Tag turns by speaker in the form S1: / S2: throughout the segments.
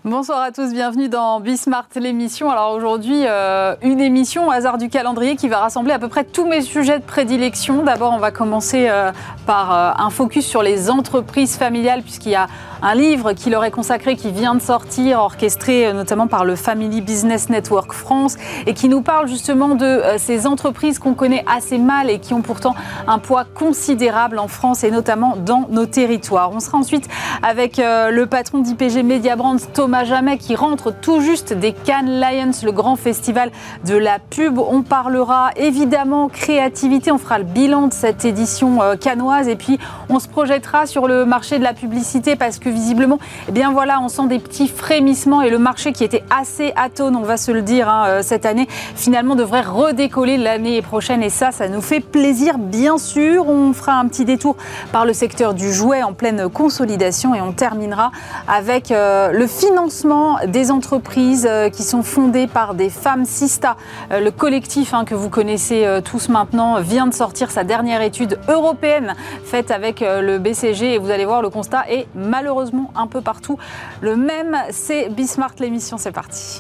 S1: Bonsoir à tous, bienvenue dans Bismart, l'émission. Alors aujourd'hui, une émission au hasard du calendrier qui va rassembler à peu près tous mes sujets de prédilection. D'abord, on va commencer par un focus sur les entreprises familiales, puisqu'il y a un livre qui leur est consacré, qui vient de sortir, orchestré notamment par le Family Business Network France, et qui nous parle justement de ces entreprises qu'on connaît assez mal et qui ont pourtant un poids considérable en France et notamment dans nos territoires. On sera ensuite avec le patron d'IPG Media Brands, Thomas Jamet, qui rentre tout juste des Cannes Lions, le grand festival de la pub. On parlera évidemment créativité, on fera le bilan de cette édition cannoise et puis on se projettera sur le marché de la publicité parce que visiblement, eh bien voilà, on sent des petits frémissements et le marché qui était assez atone, on va se le dire, cette année, finalement devrait redécoller l'année prochaine et ça nous fait plaisir bien sûr. On fera un petit détour par le secteur du jouet en pleine consolidation et on terminera avec le financement des entreprises qui sont fondées par des femmes. Sista, le collectif que vous connaissez tous maintenant, vient de sortir sa dernière étude européenne faite avec le BCG et vous allez voir, le constat est malheureusement un peu partout le même. C'est Bismart, l'émission, c'est parti.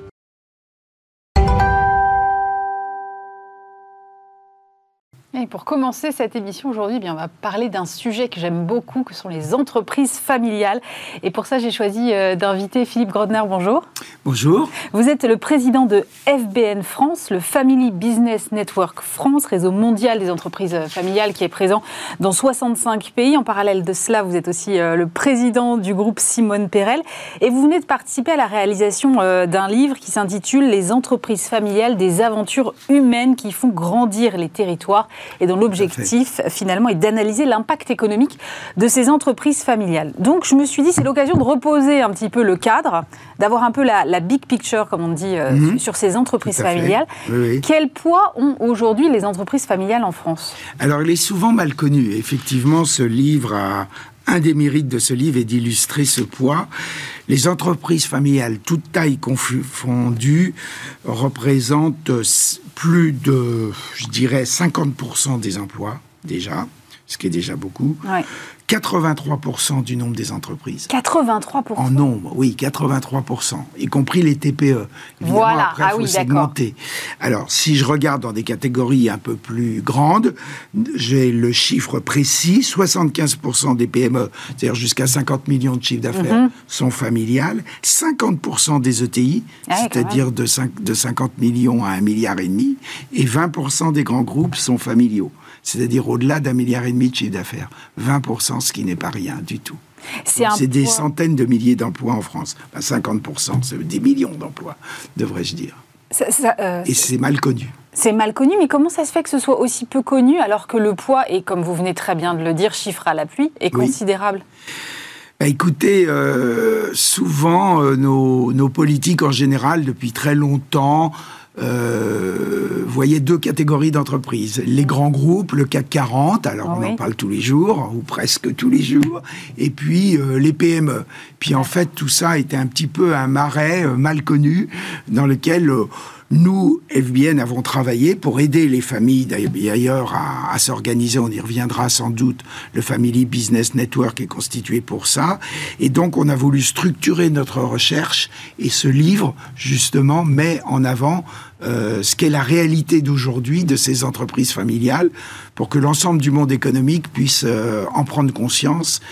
S1: Et pour commencer cette émission aujourd'hui, on va parler d'un sujet que j'aime beaucoup, que sont les entreprises familiales. Et pour ça, j'ai choisi d'inviter Philippe Grodner. Bonjour.
S2: Bonjour.
S1: Vous êtes le président de FBN France, le Family Business Network France, réseau mondial des entreprises familiales qui est présent dans 65 pays. En parallèle de cela, vous êtes aussi le président du groupe Simone Perel. Et vous venez de participer à la réalisation d'un livre qui s'intitule « Les entreprises familiales, des aventures humaines qui font grandir les territoires ». Et dont l'objectif, finalement, est d'analyser l'impact économique de ces entreprises familiales. Donc, je me suis dit, c'est l'occasion de reposer un petit peu le cadre, d'avoir un peu la big picture, comme on dit, sur ces entreprises familiales. Oui. Quel poids ont aujourd'hui les entreprises familiales en France ?
S2: Alors, il est souvent mal connu. Effectivement, un des mérites de ce livre est d'illustrer ce poids. Les entreprises familiales, toutes tailles confondues, représentent plus de, je dirais, 50% des emplois, déjà, ce qui est déjà beaucoup. Ouais. 83% du nombre des entreprises.
S1: 83% ?
S2: En nombre, oui, 83%, y compris les TPE. Évidemment,
S1: voilà,
S2: après, il faut segmenter. Alors, si je regarde dans des catégories un peu plus grandes, j'ai le chiffre précis, 75% des PME, c'est-à-dire jusqu'à 50 millions de chiffre d'affaires, sont familiales, 50% des ETI, c'est-à-dire de 50 millions à 1,5 milliard, et 20% des grands groupes sont familiaux. C'est-à-dire au-delà d'1,5 milliard de chiffre d'affaires. 20%, ce qui n'est pas rien du tout. C'est des centaines de milliers d'emplois en France. 50%, c'est des millions d'emplois, devrais-je dire. Et c'est mal connu.
S1: C'est mal connu, mais comment ça se fait que ce soit aussi peu connu alors que le poids, et comme vous venez très bien de le dire, chiffre à l'appui, est considérable ?
S2: Écoutez, souvent, nos politiques en général, depuis très longtemps, voyez deux catégories d'entreprises. Les grands groupes, le CAC 40, alors on en parle tous les jours, ou presque tous les jours, et puis les PME. Puis en fait, tout ça était un petit peu un marais mal connu, dans lequel nous, FBN, avons travaillé pour aider les familles d'ailleurs à s'organiser. On y reviendra sans doute. Le Family Business Network est constitué pour ça. Et donc, on a voulu structurer notre recherche. Et ce livre, justement, met en avant ce qu'est la réalité d'aujourd'hui de ces entreprises familiales pour que l'ensemble du monde économique puisse en prendre conscience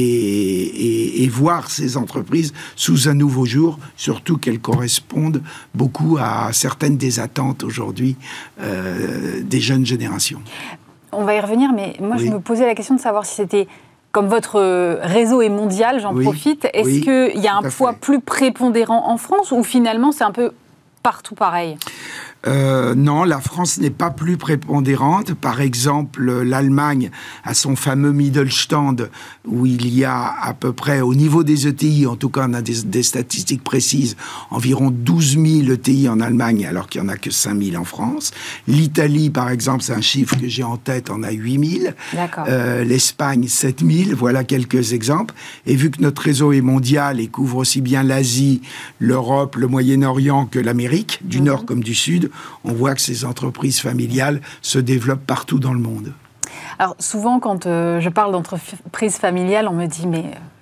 S2: et voir ces entreprises sous un nouveau jour, surtout qu'elles correspondent beaucoup à certaines des attentes aujourd'hui des jeunes générations.
S1: On va y revenir, mais moi je me posais la question de savoir si c'était, comme votre réseau est mondial, j'en profite, est-ce qu'il y a un poids plus prépondérant en France ou finalement c'est un peu partout pareil ?
S2: Non, la France n'est pas plus prépondérante. Par exemple, l'Allemagne a son fameux Mittelstand où il y a à peu près, au niveau des ETI, en tout cas on a des statistiques précises, environ 12 000 ETI en Allemagne alors qu'il n'y en a que 5 000 en France. L'Italie, par exemple, c'est un chiffre que j'ai en tête, en a 8 000. D'accord. L'Espagne, 7 000. Voilà quelques exemples. Et vu que notre réseau est mondial et couvre aussi bien l'Asie, l'Europe, le Moyen-Orient que l'Amérique, du Nord comme du Sud, on voit que ces entreprises familiales se développent partout dans le monde.
S1: Alors souvent, quand je parle d'entreprise familiale, on me dit « mais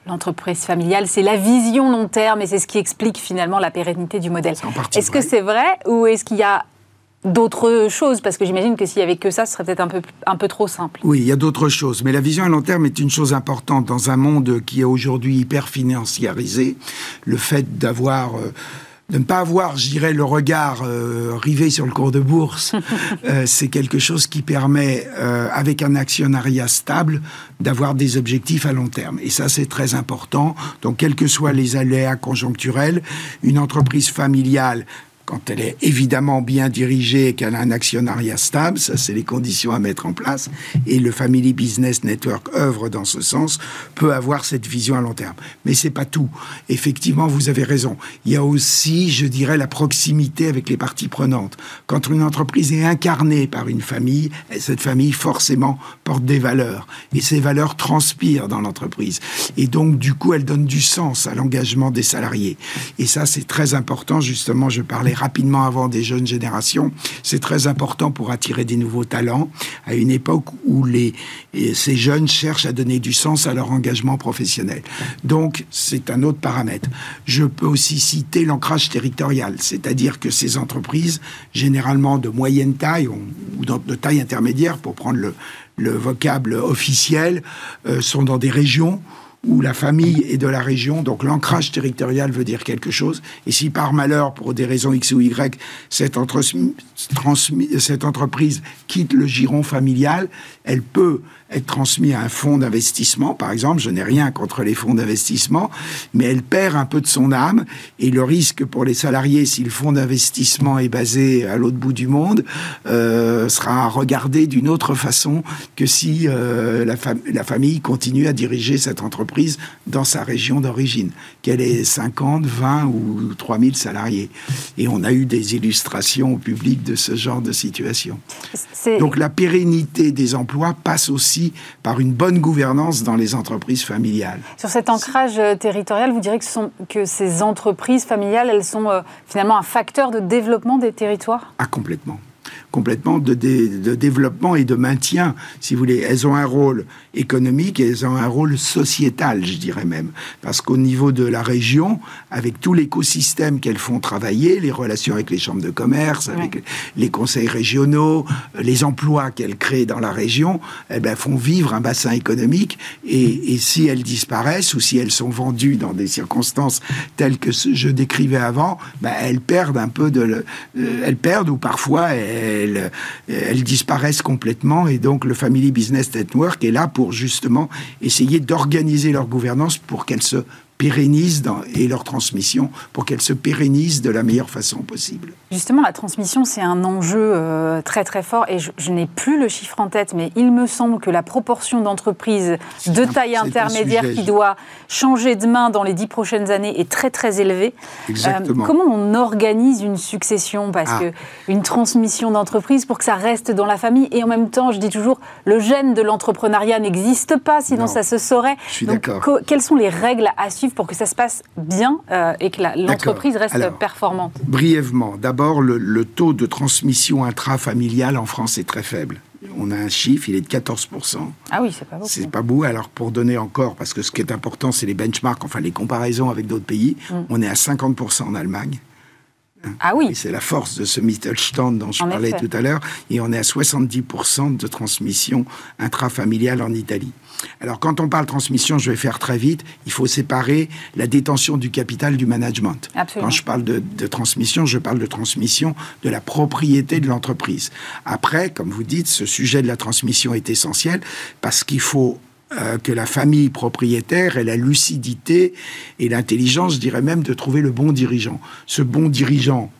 S1: l'entreprise familiale, c'est la vision long terme et c'est ce qui explique finalement la pérennité du modèle. Est-ce que c'est vrai ou est-ce qu'il y a d'autres choses? Parce que j'imagine que s'il n'y avait que ça, ce serait peut-être un peu trop simple.
S2: Oui, il y a d'autres choses. Mais la vision à long terme est une chose importante dans un monde qui est aujourd'hui hyper financiarisé. Le fait de ne pas avoir, je dirais, le regard rivé sur le cours de bourse, c'est quelque chose qui permet, avec un actionnariat stable, d'avoir des objectifs à long terme. Et ça, c'est très important. Donc, quels que soient les aléas conjoncturels, une entreprise familiale, quand elle est évidemment bien dirigée et qu'elle a un actionnariat stable, ça c'est les conditions à mettre en place, et le Family Business Network œuvre dans ce sens, peut avoir cette vision à long terme. Mais c'est pas tout. Effectivement, vous avez raison. Il y a aussi, je dirais, la proximité avec les parties prenantes. Quand une entreprise est incarnée par une famille, cette famille forcément porte des valeurs. Et ces valeurs transpirent dans l'entreprise. Et donc, du coup, elles donnent du sens à l'engagement des salariés. Et ça, c'est très important. Justement, je parlais rapidement avant des jeunes générations, c'est très important pour attirer des nouveaux talents à une époque où ces jeunes cherchent à donner du sens à leur engagement professionnel. Donc, c'est un autre paramètre. Je peux aussi citer l'ancrage territorial, c'est-à-dire que ces entreprises, généralement de moyenne taille ou de taille intermédiaire, pour prendre le vocable officiel, sont dans des régions où la famille est de la région, donc l'ancrage territorial veut dire quelque chose. Et si par malheur, pour des raisons X ou Y, cette entreprise quitte le giron familial, elle peut être transmise à un fonds d'investissement, par exemple. Je n'ai rien contre les fonds d'investissement, mais elle perd un peu de son âme. Et le risque pour les salariés, si le fonds d'investissement est basé à l'autre bout du monde, sera regardé d'une autre façon que si la famille continue à diriger cette entreprise dans sa région d'origine, qu'elle ait 50, 20 ou 3000 salariés. Et on a eu des illustrations au public de ce genre de situation. Donc la pérennité des emplois passe aussi par une bonne gouvernance dans les entreprises familiales.
S1: Sur cet ancrage territorial, vous direz que ces entreprises familiales, elles sont finalement un facteur de développement des territoires ?
S2: Ah, complètement de développement et de maintien, si vous voulez. Elles ont un rôle économique et elles ont un rôle sociétal, je dirais même. Parce qu'au niveau de la région, avec tout l'écosystème qu'elles font travailler, les relations avec les chambres de commerce, avec les conseils régionaux, les emplois qu'elles créent dans la région, font vivre un bassin économique. Et si elles disparaissent ou si elles sont vendues dans des circonstances telles que je décrivais avant, elles perdent un peu elles perdent ou parfois elles disparaissent complètement. Et donc le Family Business Network est là pour justement essayer d'organiser leur gouvernance pour qu'elle se pérennisent et leur transmission pour qu'elles se pérennisent de la meilleure façon possible.
S1: Justement, la transmission, c'est un enjeu très très fort et je n'ai plus le chiffre en tête, mais il me semble que la proportion d'entreprises de taille intermédiaire qui doit changer de main dans les 10 prochaines années est très très élevée.
S2: Exactement.
S1: Comment on organise une succession, parce que une transmission d'entreprise pour que ça reste dans la famille, et en même temps, je dis toujours, le gène de l'entrepreneuriat n'existe pas, sinon ça se saurait.
S2: Je suis d'accord.
S1: Quelles sont les règles à suivre pour que ça se passe bien et que l'entreprise reste performante?
S2: Brièvement, d'abord, le taux de transmission intrafamiliale en France est très faible. On a un chiffre, il est de 14%.
S1: Ah oui, c'est pas beaucoup.
S2: C'est pas beaucoup. Alors, pour donner encore, parce que ce qui est important, c'est les benchmarks, enfin les comparaisons avec d'autres pays, on est à 50% en Allemagne.
S1: Ah oui.
S2: Et c'est la force de ce Mittelstand dont je parlais tout à l'heure. Et on est à 70% de transmission intrafamiliale en Italie. Alors, quand on parle transmission, je vais faire très vite, il faut séparer la détention du capital du management.
S1: Absolument.
S2: Quand je parle de transmission, je parle de transmission de la propriété de l'entreprise. Après, comme vous dites, ce sujet de la transmission est essentiel parce qu'il faut que la famille propriétaire ait la lucidité et l'intelligence, je dirais même, de trouver le bon dirigeant. Ce bon dirigeant,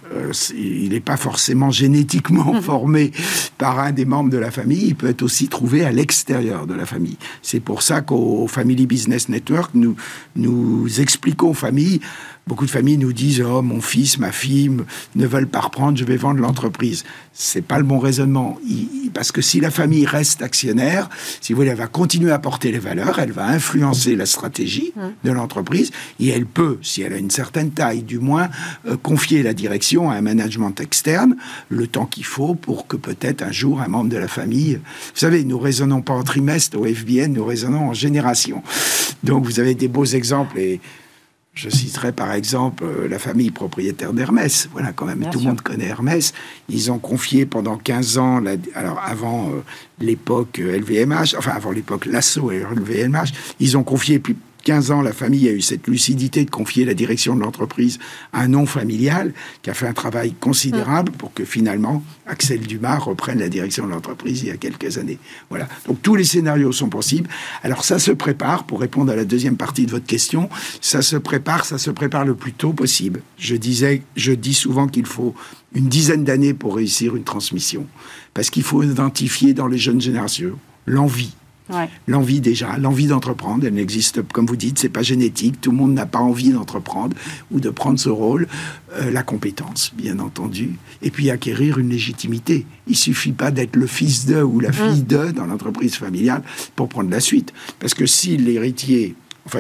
S2: il n'est pas forcément génétiquement formé par un des membres de la famille, il peut être aussi trouvé à l'extérieur de la famille. C'est pour ça qu'au Family Business Network, nous expliquons aux familles. Beaucoup de familles nous disent « Oh, mon fils, ma fille ne veulent pas reprendre, je vais vendre l'entreprise ». C'est pas le bon raisonnement. parce que si la famille reste actionnaire, si vous voulez, elle va continuer à porter les valeurs, elle va influencer la stratégie de l'entreprise, et elle peut, si elle a une certaine taille, du moins, confier la direction à un management externe, le temps qu'il faut pour que peut-être un jour un membre de la famille... Vous savez, nous raisonnons pas en trimestre au FBN, nous raisonnons en génération. Donc vous avez des beaux exemples, et je citerai par exemple la famille propriétaire d'Hermès. Voilà, quand même, tout le monde connaît Hermès. Ils ont confié pendant 15 ans, alors avant l'époque LVMH, enfin avant l'époque Lasso et LVMH, ils ont confié, puis 15 ans, la famille a eu cette lucidité de confier la direction de l'entreprise à un non familial qui a fait un travail considérable pour que finalement Axel Dumas reprenne la direction de l'entreprise il y a quelques années. Voilà. Donc tous les scénarios sont possibles. Alors ça se prépare, pour répondre à la deuxième partie de votre question, ça se prépare le plus tôt possible. Je dis souvent qu'il faut une dizaine d'années pour réussir une transmission. Parce qu'il faut identifier dans les jeunes générations l'envie. Ouais. L'envie d'entreprendre, elle n'existe, comme vous dites, c'est pas génétique, tout le monde n'a pas envie d'entreprendre ou de prendre ce rôle, la compétence, bien entendu, et puis acquérir une légitimité. Il suffit pas d'être le fils de ou la fille de dans l'entreprise familiale pour prendre la suite, parce que si l'héritier,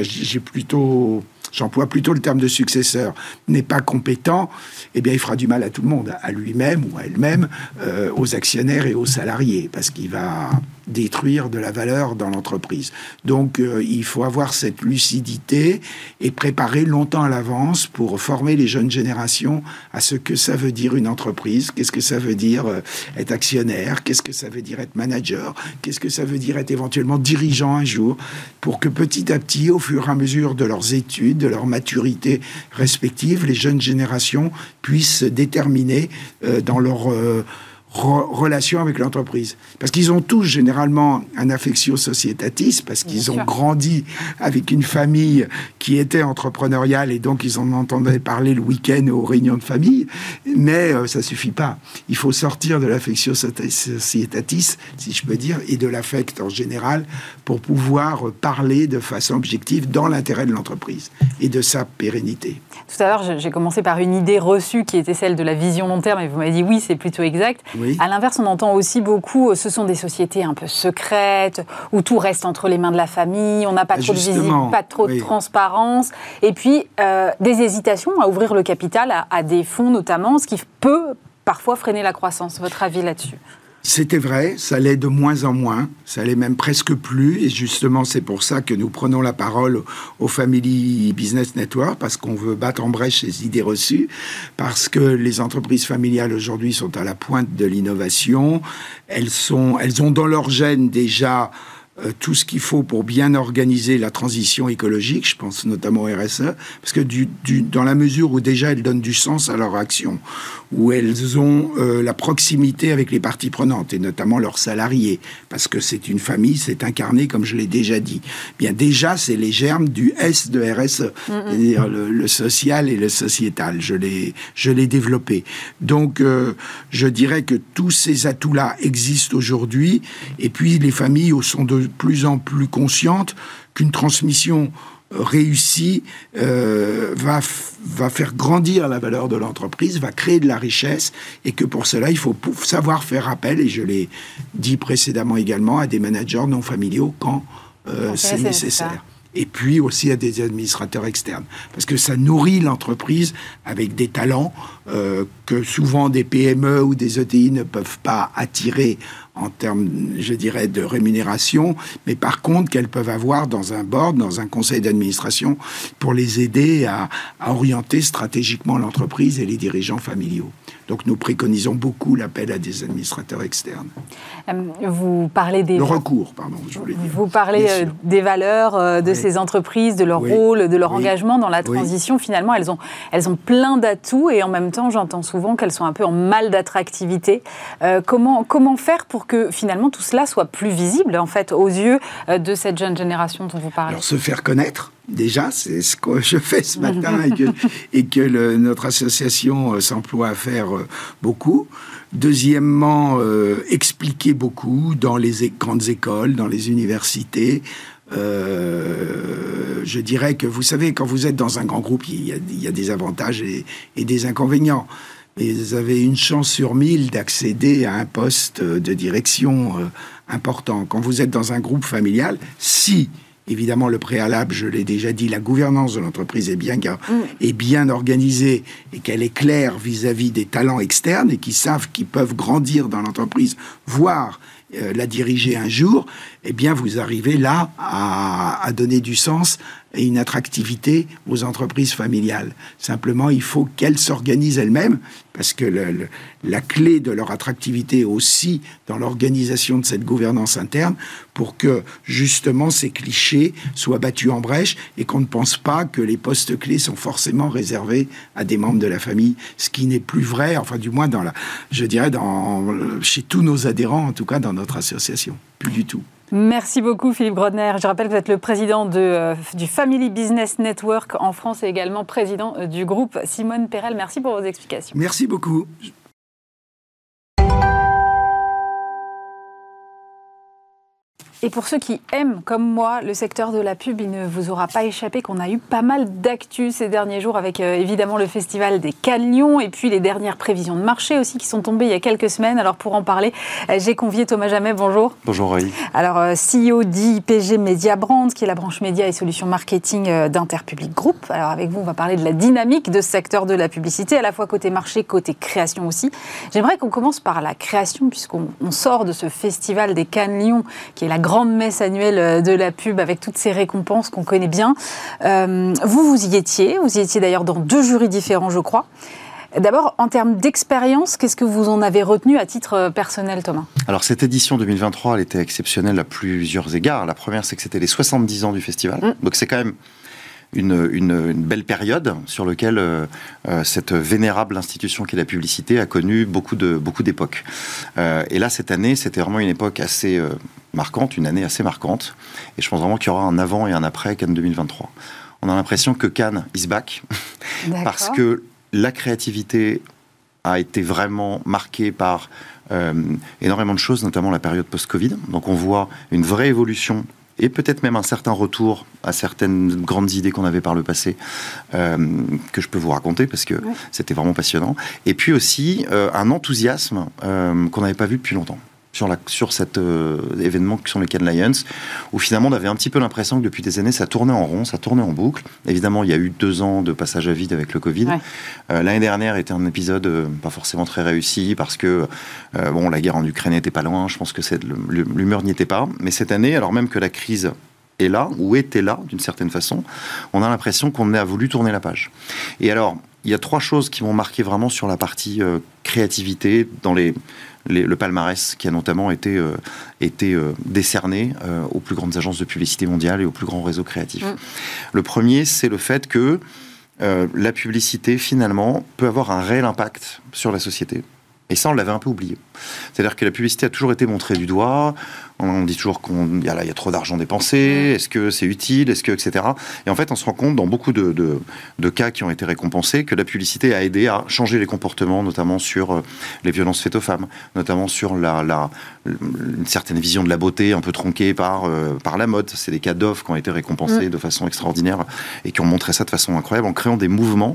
S2: j'emploie plutôt le terme de successeur, n'est pas compétent, eh bien, il fera du mal à tout le monde, à lui-même ou à elle-même, aux actionnaires et aux salariés, parce qu'il va détruire de la valeur dans l'entreprise. Donc, il faut avoir cette lucidité et préparer longtemps à l'avance pour former les jeunes générations à ce que ça veut dire une entreprise, qu'est-ce que ça veut dire être actionnaire, qu'est-ce que ça veut dire être manager, qu'est-ce que ça veut dire être éventuellement dirigeant un jour, pour que petit à petit, au fur et à mesure de leurs études, de leur maturité respective, les jeunes générations puissent se déterminer dans leur relation avec l'entreprise. Parce qu'ils ont tous généralement un affectio societatis, parce qu'ils ont grandi avec une famille qui était entrepreneuriale et donc ils en entendaient parler le week-end aux réunions de famille, mais ça suffit pas. Il faut sortir de l'affectio societatis, si je peux dire, et de l'affect en général pour pouvoir parler de façon objective dans l'intérêt de l'entreprise et de sa pérennité.
S1: Tout à l'heure, j'ai commencé par une idée reçue qui était celle de la vision long terme et vous m'avez dit oui, c'est plutôt exact. Oui. À l'inverse, on entend aussi beaucoup, ce sont des sociétés un peu secrètes, où tout reste entre les mains de la famille, on n'a pas trop de visibilité, pas trop de transparence, et puis des hésitations à ouvrir le capital à des fonds notamment, ce qui peut parfois freiner la croissance. Votre avis là-dessus ?
S2: C'était vrai, ça l'est de moins en moins, ça l'est même presque plus, et justement c'est pour ça que nous prenons la parole au Family Business Network, parce qu'on veut battre en brèche ces idées reçues, parce que les entreprises familiales aujourd'hui sont à la pointe de l'innovation, elles ont dans leur gène déjà tout ce qu'il faut pour bien organiser la transition écologique, je pense notamment au RSE, parce que dans la mesure où déjà elles donnent du sens à leur action, où elles ont la proximité avec les parties prenantes, et notamment leurs salariés, parce que c'est une famille, c'est incarné, comme je l'ai déjà dit. Bien déjà, c'est les germes du S de RSE, c'est-à-dire le social et le sociétal, je l'ai développé. Donc, je dirais que tous ces atouts-là existent aujourd'hui, et puis les familles sont de plus en plus conscientes qu'une transmission réussie va faire grandir la valeur de l'entreprise, va créer de la richesse, et que pour cela, il faut savoir faire appel, et je l'ai dit précédemment également, à des managers non familiaux quand c'est nécessaire. Et puis aussi à des administrateurs externes. Parce que ça nourrit l'entreprise avec des talents que souvent des PME ou des ETI ne peuvent pas attirer en termes, je dirais, de rémunération, mais par contre qu'elles peuvent avoir dans un board, dans un conseil d'administration, pour les aider à orienter stratégiquement l'entreprise et les dirigeants familiaux. Donc nous préconisons beaucoup l'appel à des administrateurs externes.
S1: Vous parlez des...
S2: Le recours, pardon, je voulais dire.
S1: Vous parlez des valeurs de ces entreprises, de leur rôle, de leur engagement dans la transition. Finalement, elles ont plein d'atouts, et en même temps, j'entends souvent qu'elles sont un peu en mal d'attractivité. Comment faire pour que finalement tout cela soit plus visible en fait aux yeux de cette jeune génération dont vous parlez?
S2: Alors se faire connaître. Déjà, c'est ce que je fais ce matin et que notre association s'emploie à faire beaucoup. Deuxièmement, expliquer beaucoup dans les grandes écoles, dans les universités. Je dirais que, vous savez, quand vous êtes dans un grand groupe, il y a des avantages et des inconvénients. Et vous avez une chance sur 1000 d'accéder à un poste de direction important. Quand vous êtes dans un groupe familial, si, évidemment, le préalable, je l'ai déjà dit, la gouvernance de l'entreprise est bien organisée et qu'elle est claire vis-à-vis des talents externes et qui savent qu'ils peuvent grandir dans l'entreprise, voire la diriger un jour, eh bien, vous arrivez là à donner du sens et une attractivité aux entreprises familiales. Simplement, il faut qu'elles s'organisent elles-mêmes, parce que la clé de leur attractivité est aussi dans l'organisation de cette gouvernance interne, pour que, justement, ces clichés soient battus en brèche et qu'on ne pense pas que les postes clés sont forcément réservés à des membres de la famille, ce qui n'est plus vrai, enfin, du moins, chez tous nos adhérents, en tout cas, dans notre association. Plus du tout.
S1: Merci beaucoup Philippe Grodner. Je rappelle que vous êtes le président du Family Business Network en France et également président du groupe Simone Perel. Merci pour vos explications.
S2: Merci beaucoup.
S1: Et pour ceux qui aiment, comme moi, le secteur de la pub, il ne vous aura pas échappé qu'on a eu pas mal d'actu ces derniers jours avec évidemment le Festival des Cannes Lions et puis les dernières prévisions de marché aussi qui sont tombées il y a quelques semaines. Alors pour en parler, j'ai convié Thomas Jamet. Bonjour.
S3: Bonjour Aurélie.
S1: Alors CEO d'IPG Media Brands, qui est la branche médias et solutions marketing d'Interpublic Group. Alors avec vous, on va parler de la dynamique de ce secteur de la publicité, à la fois côté marché, côté création aussi. J'aimerais qu'on commence par la création puisqu'on sort de ce Festival des Cannes Lions qui est la grande messe annuelle de la pub avec toutes ces récompenses qu'on connaît bien. Vous y étiez d'ailleurs dans 2 jurys différents, je crois. D'abord, en termes d'expérience, qu'est-ce que vous en avez retenu à titre personnel, Thomas ?
S3: Alors, cette édition 2023, elle était exceptionnelle à plusieurs égards. La première, c'est que c'était les 70 ans du festival. Donc, c'est quand même une belle période sur laquelle cette vénérable institution qu'est la publicité a connu beaucoup d'époques. Et là, cette année, c'était vraiment une époque assez marquante, une année assez marquante. Et je pense vraiment qu'il y aura un avant et un après Cannes 2023. On a l'impression que Cannes is back parce que la créativité a été vraiment marquée par énormément de choses, notamment la période post-Covid. Donc on voit une vraie évolution et peut-être même un certain retour à certaines grandes idées qu'on avait par le passé, que je peux vous raconter parce que c'était vraiment passionnant. Et puis aussi un enthousiasme qu'on n'avait pas vu depuis longtemps sur cet événement qui sont les Cannes Lions, où finalement on avait un petit peu l'impression que depuis des années ça tournait en rond, ça tournait en boucle. Évidemment, il y a eu 2 ans de passage à vide avec le Covid. L'année dernière était un épisode pas forcément très réussi parce que la guerre en Ukraine n'était pas loin, je pense que l'humeur n'y était pas. Mais cette année, alors même que la crise est là, ou était là d'une certaine façon, on a l'impression qu'on a voulu tourner la page. Et alors, il y a 3 choses qui m'ont marqué vraiment sur la partie créativité dans le palmarès qui a notamment été décerné aux plus grandes agences de publicité mondiales et aux plus grands réseaux créatifs. Le premier, c'est le fait que la publicité, finalement, peut avoir un réel impact sur la société. Et ça, on l'avait un peu oublié. C'est-à-dire que la publicité a toujours été montrée du doigt. On dit toujours qu'il y a trop d'argent dépensé. Est-ce que c'est utile ? Etc. Et en fait, on se rend compte dans beaucoup de cas qui ont été récompensés que la publicité a aidé à changer les comportements, notamment sur les violences faites aux femmes, notamment sur une certaine vision de la beauté un peu tronquée par la mode. C'est des cas d'offres qui ont été récompensés de façon extraordinaire et qui ont montré ça de façon incroyable en créant des mouvements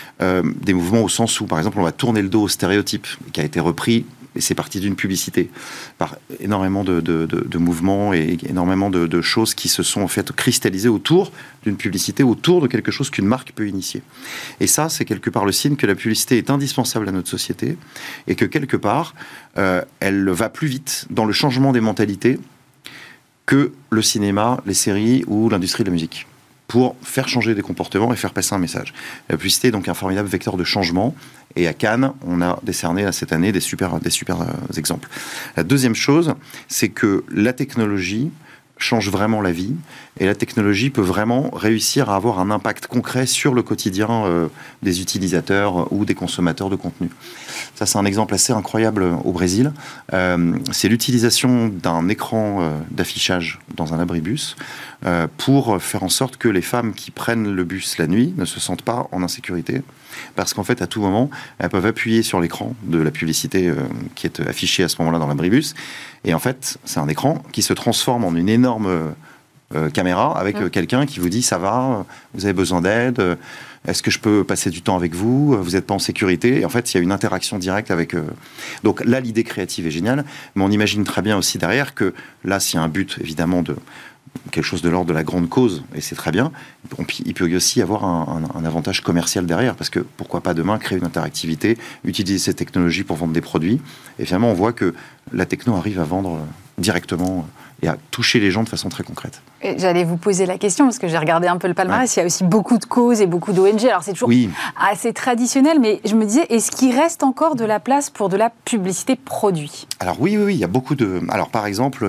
S3: au sens où, par exemple, on va tourner le dos au stéréotype, qui a été repris, et c'est parti d'une publicité, par énormément de mouvements et énormément de choses qui se sont en fait cristallisées autour d'une publicité, autour de quelque chose qu'une marque peut initier. Et ça, c'est quelque part le signe que la publicité est indispensable à notre société, et que quelque part, elle va plus vite dans le changement des mentalités que le cinéma, les séries ou l'industrie de la musique, pour faire changer des comportements et faire passer un message. La publicité est donc un formidable vecteur de changement, et à Cannes, on a décerné cette année des super exemples. La deuxième chose, c'est que la technologie change vraiment la vie, et la technologie peut vraiment réussir à avoir un impact concret sur le quotidien des utilisateurs ou des consommateurs de contenu. Ça, c'est un exemple assez incroyable au Brésil. C'est l'utilisation d'un écran d'affichage dans un abribus pour faire en sorte que les femmes qui prennent le bus la nuit ne se sentent pas en insécurité, parce qu'en fait, à tout moment, elles peuvent appuyer sur l'écran de la publicité qui est affichée à ce moment-là dans l'abribus, et en fait, c'est un écran qui se transforme en une énorme caméra avec quelqu'un qui vous dit ça va, vous avez besoin d'aide, est-ce que je peux passer du temps avec vous, vous n'êtes pas en sécurité. Et en fait, il y a une interaction directe avec... Donc là, l'idée créative est géniale, mais on imagine très bien aussi derrière que là, s'il y a un but évidemment de quelque chose de l'ordre de la grande cause, et c'est très bien, il peut aussi y avoir un avantage commercial derrière, parce que pourquoi pas demain créer une interactivité, utiliser ces technologies pour vendre des produits, et finalement on voit que la techno arrive à vendre directement et à toucher les gens de façon très concrète.
S1: Et j'allais vous poser la question, parce que j'ai regardé un peu le palmarès, il y a aussi beaucoup de causes et beaucoup d'ONG, alors c'est toujours assez traditionnel, mais je me disais, est-ce qu'il reste encore de la place pour de la publicité produit ?
S3: Alors oui, il y a beaucoup de... Alors par exemple...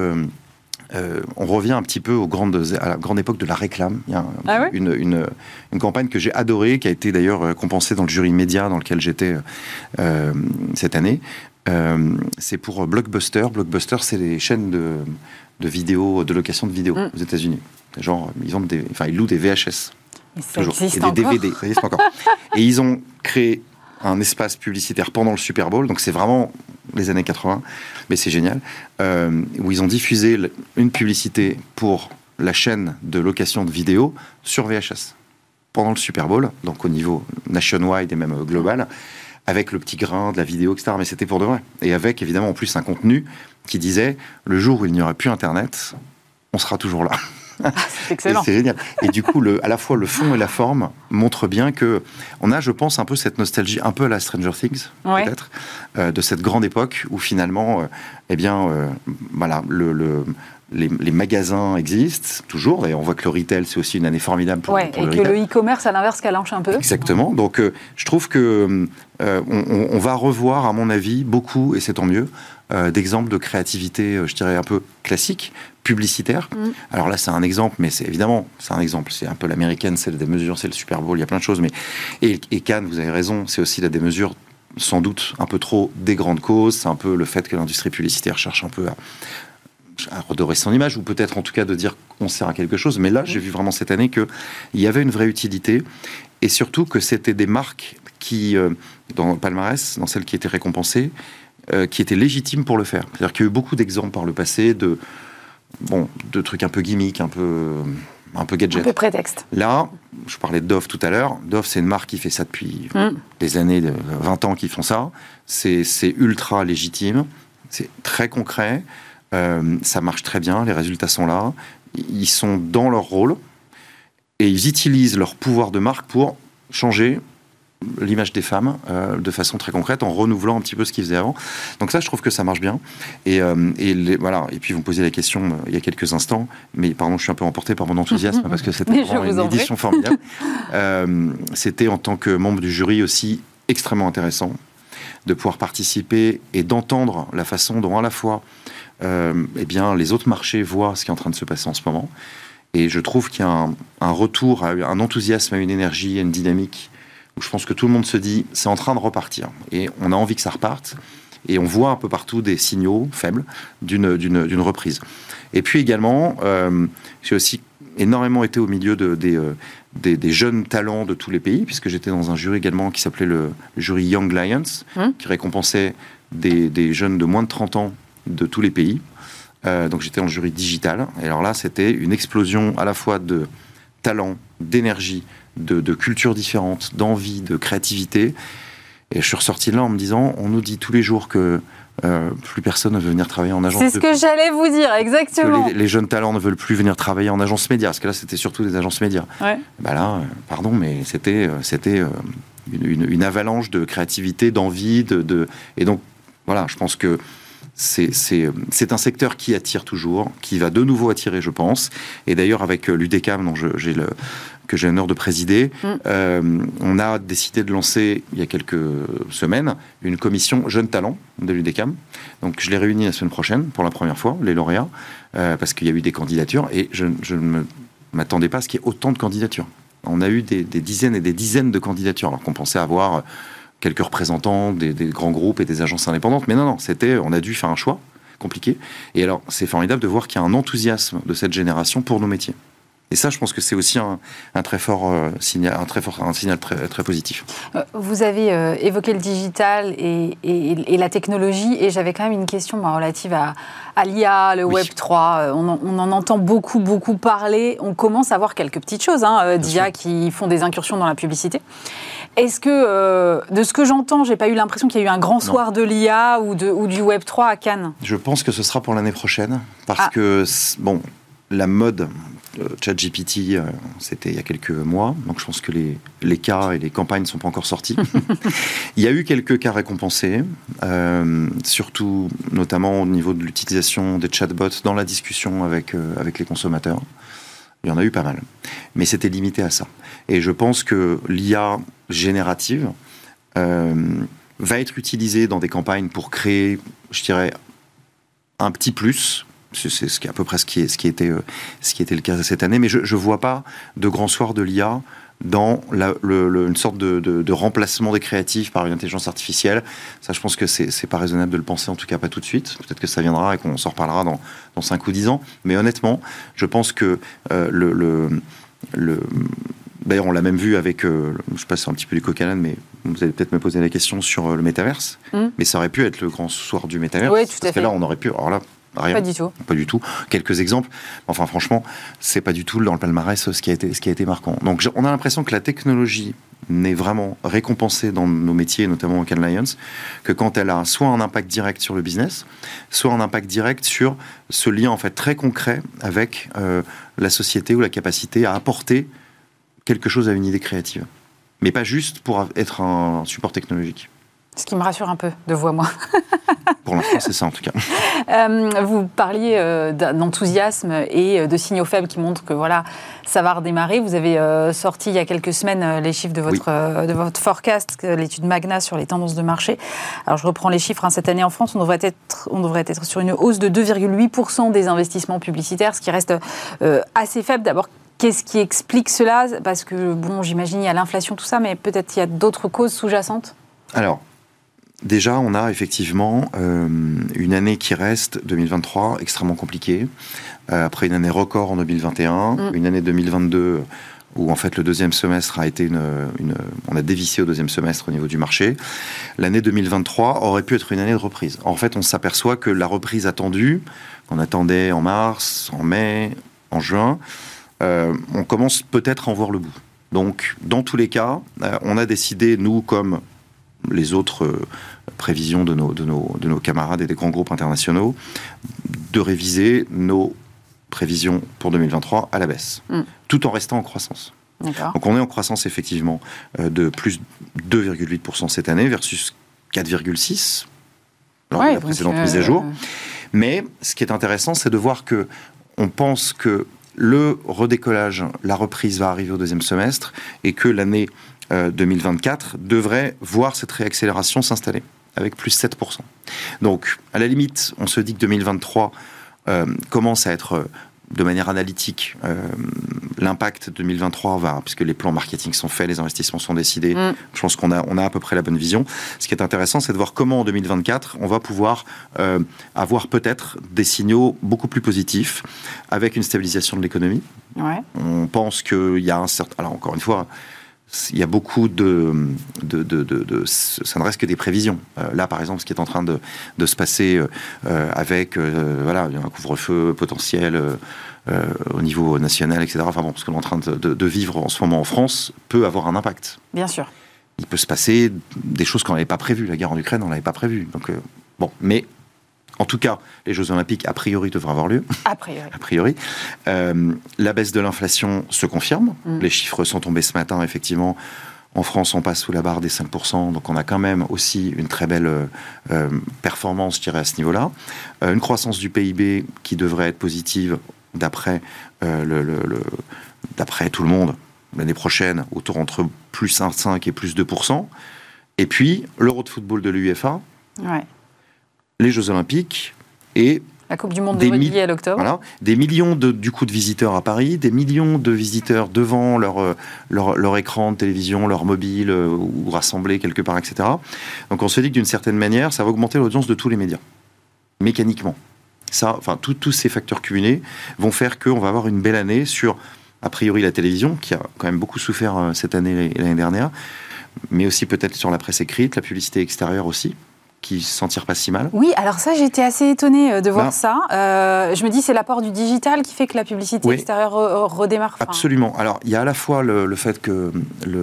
S3: on revient un petit peu à la grande époque de la réclame. Il y a une campagne que j'ai adorée, qui a été d'ailleurs compensée dans le jury média dans lequel j'étais cette année. C'est pour Blockbuster. Blockbuster, c'est les chaînes de vidéos, de location de vidéos aux États-Unis. Genre, ils louent des VHS.
S1: Ça existe
S3: et des DVD. Ça existe encore. Et ils ont créé un espace publicitaire pendant le Super Bowl, donc c'est vraiment les années 80, mais c'est génial, où ils ont diffusé une publicité pour la chaîne de location de vidéos sur VHS pendant le Super Bowl, donc au niveau nationwide et même global, avec le petit grain de la vidéo, etc. Mais c'était pour de vrai. Et avec évidemment en plus un contenu qui disait, le jour où il n'y aura plus Internet, on sera toujours là.
S1: C'est excellent.
S3: C'est génial. Et du coup, à la fois le fond et la forme montrent bien que on a, je pense, un peu cette nostalgie, un peu à la Stranger Things, peut-être, de cette grande époque où finalement, voilà, les magasins existent toujours. D'ailleurs, on voit que le retail, c'est aussi une année formidable pour le retail.
S1: Et que le e-commerce, à l'inverse, calanche un peu.
S3: Exactement. Donc, je trouve que on va revoir, à mon avis, beaucoup, et c'est tant mieux, d'exemples de créativité, je dirais, un peu classique, publicitaire. Alors là, c'est un exemple, mais c'est un exemple. C'est un peu l'américaine, c'est des mesures, c'est le Super Bowl, il y a plein de choses. Et Cannes, vous avez raison, c'est aussi la démesure, sans doute, un peu trop des grandes causes. C'est un peu le fait que l'industrie publicitaire cherche un peu à redorer son image, ou peut-être en tout cas de dire qu'on sert à quelque chose. Mais là, j'ai vu vraiment cette année qu'il y avait une vraie utilité, et surtout que c'était des marques qui, dans le palmarès, dans celles qui étaient récompensées, qui étaient légitimes pour le faire. C'est-à-dire qu'il y a eu beaucoup d'exemples par le passé de trucs un peu gimmick, un peu gadget.
S1: Un peu prétexte.
S3: Là, je parlais de Dove tout à l'heure. Dove, c'est une marque qui fait ça depuis des années, 20 ans qu'ils font ça. C'est ultra légitime, c'est très concret, ça marche très bien, les résultats sont là. Ils sont dans leur rôle et ils utilisent leur pouvoir de marque pour changer l'image des femmes de façon très concrète, en renouvelant un petit peu ce qu'ils faisaient avant. Donc ça, je trouve que ça marche bien. Voilà. Et puis vous me posiez la question il y a quelques instants, mais pardon, je suis un peu emporté par mon enthousiasme parce que c'était une édition formidable. C'était en tant que membre du jury aussi extrêmement intéressant de pouvoir participer et d'entendre la façon dont à la fois les autres marchés voient ce qui est en train de se passer en ce moment. Et je trouve qu'il y a un retour, un enthousiasme, une énergie, une dynamique où je pense que tout le monde se dit c'est en train de repartir et on a envie que ça reparte, et on voit un peu partout des signaux faibles d'une reprise. Et puis également, j'ai aussi énormément été au milieu des jeunes talents de tous les pays, puisque j'étais dans un jury également qui s'appelait le jury Young Lions, qui récompensait des jeunes de moins de 30 ans de tous les pays. Donc j'étais dans le jury digital, et alors là c'était une explosion à la fois de talent, d'énergie, de cultures différentes, d'envie, de créativité. Et je suis ressorti là en me disant, on nous dit tous les jours que plus personne ne veut venir travailler en agence.
S1: C'est ce que j'allais vous dire, exactement.
S3: Les jeunes talents ne veulent plus venir travailler en agence média, parce que là c'était surtout des agences médias. Bah là, pardon, mais c'était une avalanche de créativité, d'envie, et donc voilà, je pense que c'est un secteur qui attire toujours, qui va de nouveau attirer, je pense. Et d'ailleurs, avec l'UDECAM, dont que j'ai l'honneur de présider, on a décidé de lancer, il y a quelques semaines, une commission jeunes talents de l'UDECAM. Donc, je les réunis la semaine prochaine, pour la première fois, les lauréats, parce qu'il y a eu des candidatures, et je ne m'attendais pas à ce qu'il y ait autant de candidatures. On a eu des dizaines et des dizaines de candidatures, alors qu'on pensait avoir quelques représentants des grands groupes et des agences indépendantes. Mais non, on a dû faire un choix compliqué. Et alors, c'est formidable de voir qu'il y a un enthousiasme de cette génération pour nos métiers. Et ça, je pense que c'est aussi un très fort signal, un signal très, très positif.
S1: Vous avez évoqué le digital et la technologie, et j'avais quand même une question relative à l'IA, le Web 3. On en entend beaucoup parler. On commence à voir quelques petites choses d'IA qui font des incursions dans la publicité. Est-ce que, de ce que j'entends, j'ai pas eu l'impression qu'il y a eu un grand soir de l'IA ou du Web 3 à Cannes? Je
S3: pense que ce sera pour l'année prochaine, parce que, la mode ChatGPT, c'était il y a quelques mois, donc je pense que les cas et les campagnes ne sont pas encore sortis. Il y a eu quelques cas récompensés, surtout, notamment au niveau de l'utilisation des chatbots dans la discussion avec les consommateurs. Il y en a eu pas mal, mais c'était limité à ça. Et je pense que l'IA générative va être utilisée dans des campagnes pour créer, je dirais, un petit plus. C'est ce qui est à peu près ce qui était le cas cette année, mais je ne vois pas de grand soir de l'IA dans une sorte de remplacement des créatifs par une intelligence artificielle. Ça, je pense que c'est pas raisonnable de le penser, en tout cas pas tout de suite. Peut-être que ça viendra et qu'on s'en reparlera dans 5 ou 10 ans. Mais honnêtement, je pense que d'ailleurs, on l'a même vu avec, je passe un petit peu du coq à l'âne, mais vous allez peut-être me poser la question sur le métaverse. Mais ça aurait pu être le grand soir du métaverse.
S1: Oui, tout à fait.
S3: Parce que là, on aurait pu... Alors là, rien.
S1: Pas du tout.
S3: Pas du tout. Quelques exemples. Enfin, franchement, c'est pas du tout dans le palmarès ce qui a été marquant. Donc, on a l'impression que la technologie n'est vraiment récompensée dans nos métiers, notamment au Cannes Lions, que quand elle a soit un impact direct sur le business, soit un impact direct sur ce lien en fait très concret avec la société ou la capacité à apporter quelque chose à une idée créative. Mais pas juste pour être un support technologique.
S1: Ce qui me rassure un peu, de vous à moi.
S3: Pour l'instant, c'est ça en tout cas.
S1: Vous parliez d'enthousiasme et de signaux faibles qui montrent que ça va redémarrer. Vous avez sorti il y a quelques semaines les chiffres de votre forecast, l'étude Magna sur les tendances de marché. Alors je reprends les chiffres. Cette année en France, on devrait être sur une hausse de 2,8% des investissements publicitaires, ce qui reste assez faible. D'abord, qu'est-ce qui explique cela? Parce que, j'imagine il y a l'inflation, tout ça, mais peut-être il y a d'autres causes sous-jacentes.
S3: Alors, déjà, on a effectivement une année qui reste, 2023, extrêmement compliquée. Après une année record en 2021, une année 2022 où en fait le deuxième semestre a été on a dévissé au deuxième semestre au niveau du marché. L'année 2023 aurait pu être une année de reprise. En fait, on s'aperçoit que la reprise attendue, qu'on attendait en mars, en mai, en juin, on commence peut-être à en voir le bout. Donc, dans tous les cas, on a décidé, nous, comme les autres prévisions de nos camarades et des grands groupes internationaux, de réviser nos prévisions pour 2023 à la baisse, tout en restant en croissance.
S1: D'accord.
S3: Donc on est en croissance effectivement de plus 2,8% cette année versus 4,6% lors de la précédente mise à jour. Mais ce qui est intéressant, c'est de voir que on pense que le redécollage, la reprise va arriver au deuxième semestre et que l'année 2024 devrait voir cette réaccélération s'installer avec plus 7%. Donc, à la limite, on se dit que 2023 commence à être, de manière analytique, l'impact 2023 va, puisque les plans marketing sont faits, les investissements sont décidés, je pense qu'on a à peu près la bonne vision. Ce qui est intéressant, c'est de voir comment en 2024, on va pouvoir avoir peut-être des signaux beaucoup plus positifs avec une stabilisation de l'économie.
S1: Ouais.
S3: On pense qu'il y a un certain... Alors, encore une fois, il y a beaucoup de ça ne reste que des prévisions. Là, par exemple, ce qui est en train de se passer avec un couvre-feu potentiel au niveau national, etc. Enfin bon, ce qu'on est en train de vivre en ce moment en France peut avoir un impact.
S1: Bien sûr.
S3: Il peut se passer des choses qu'on n'avait pas prévues. La guerre en Ukraine, on ne l'avait pas prévue. Donc, mais... En tout cas, les Jeux Olympiques, a priori, devraient avoir lieu. A priori. La baisse de l'inflation se confirme. Les chiffres sont tombés ce matin, effectivement. En France, on passe sous la barre des 5%. Donc, on a quand même aussi une très belle performance, je dirais, à ce niveau-là. Une croissance du PIB qui devrait être positive d'après d'après tout le monde l'année prochaine, autour entre plus 1,5 et plus 2%. Et puis, l'Euro de football de l'UEFA.
S1: Ouais.
S3: Les Jeux Olympiques et
S1: la Coupe du Monde de rugby à l'octobre.
S3: Voilà, des millions de visiteurs à Paris, des millions de visiteurs devant leur écran de télévision, leur mobile ou rassemblés quelque part, etc. Donc on se dit que d'une certaine manière, ça va augmenter l'audience de tous les médias, mécaniquement. Ça, tous ces facteurs cumulés vont faire qu'on va avoir une belle année sur a priori la télévision, qui a quand même beaucoup souffert cette année et l'année dernière, mais aussi peut-être sur la presse écrite, la publicité extérieure aussi, qui s'en tire pas si mal.
S1: Oui, alors ça, j'étais assez étonnée de voir ça. Je me dis, c'est l'apport du digital qui fait que la publicité extérieure redémarre.
S3: Absolument. Alors, il y a à la fois le fait que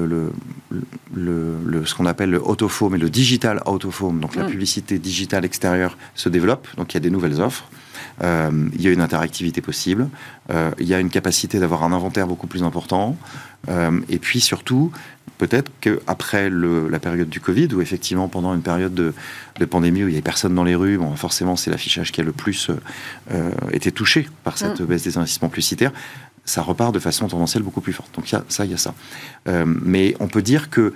S3: ce qu'on appelle le out of home et le digital out of home, donc la publicité digitale extérieure se développe, donc il y a des nouvelles offres. Il y a une interactivité possible, il y a une capacité d'avoir un inventaire beaucoup plus important, et puis surtout, peut-être qu'après la période du Covid, où effectivement pendant une période de pandémie où il n'y avait personne dans les rues, bon, forcément c'est l'affichage qui a le plus été touché par cette baisse des investissements publicitaires, ça repart de façon tendancielle beaucoup plus forte. Donc il y a ça. Mais on peut dire que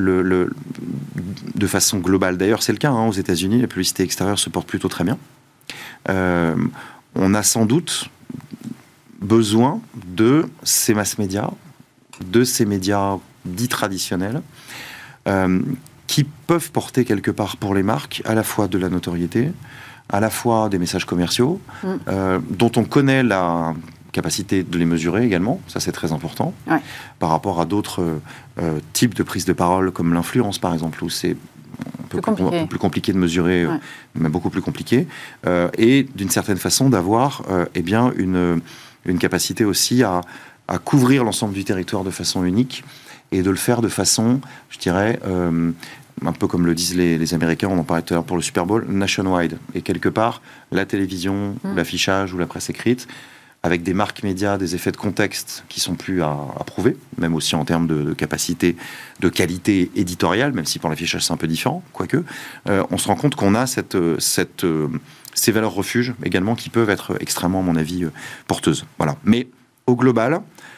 S3: de façon globale, d'ailleurs c'est le cas, aux États-Unis, la publicité extérieure se porte plutôt très bien. On a sans doute besoin de ces mass médias, de ces médias dits traditionnels, qui peuvent porter quelque part pour les marques à la fois de la notoriété, à la fois des messages commerciaux, dont on connaît la capacité de les mesurer également, ça c'est très important, par rapport à d'autres types de prise de parole, comme l'influence par exemple, où c'est un peu plus compliqué de mesurer, mais beaucoup plus compliqué, et d'une certaine façon d'avoir une capacité aussi à couvrir l'ensemble du territoire de façon unique, et de le faire de façon, je dirais, un peu comme le disent les Américains, on en parlait tout à l'heure pour le Super Bowl, nationwide. Et quelque part, la télévision, l'affichage ou la presse écrite, avec des marques médias, des effets de contexte qui sont plus à prouver, même aussi en termes de capacité, de qualité éditoriale, même si pour l'affichage c'est un peu différent, quoique, on se rend compte qu'on a ces valeurs refuges également qui peuvent être extrêmement, à mon avis, porteuses. Voilà. Mais au global,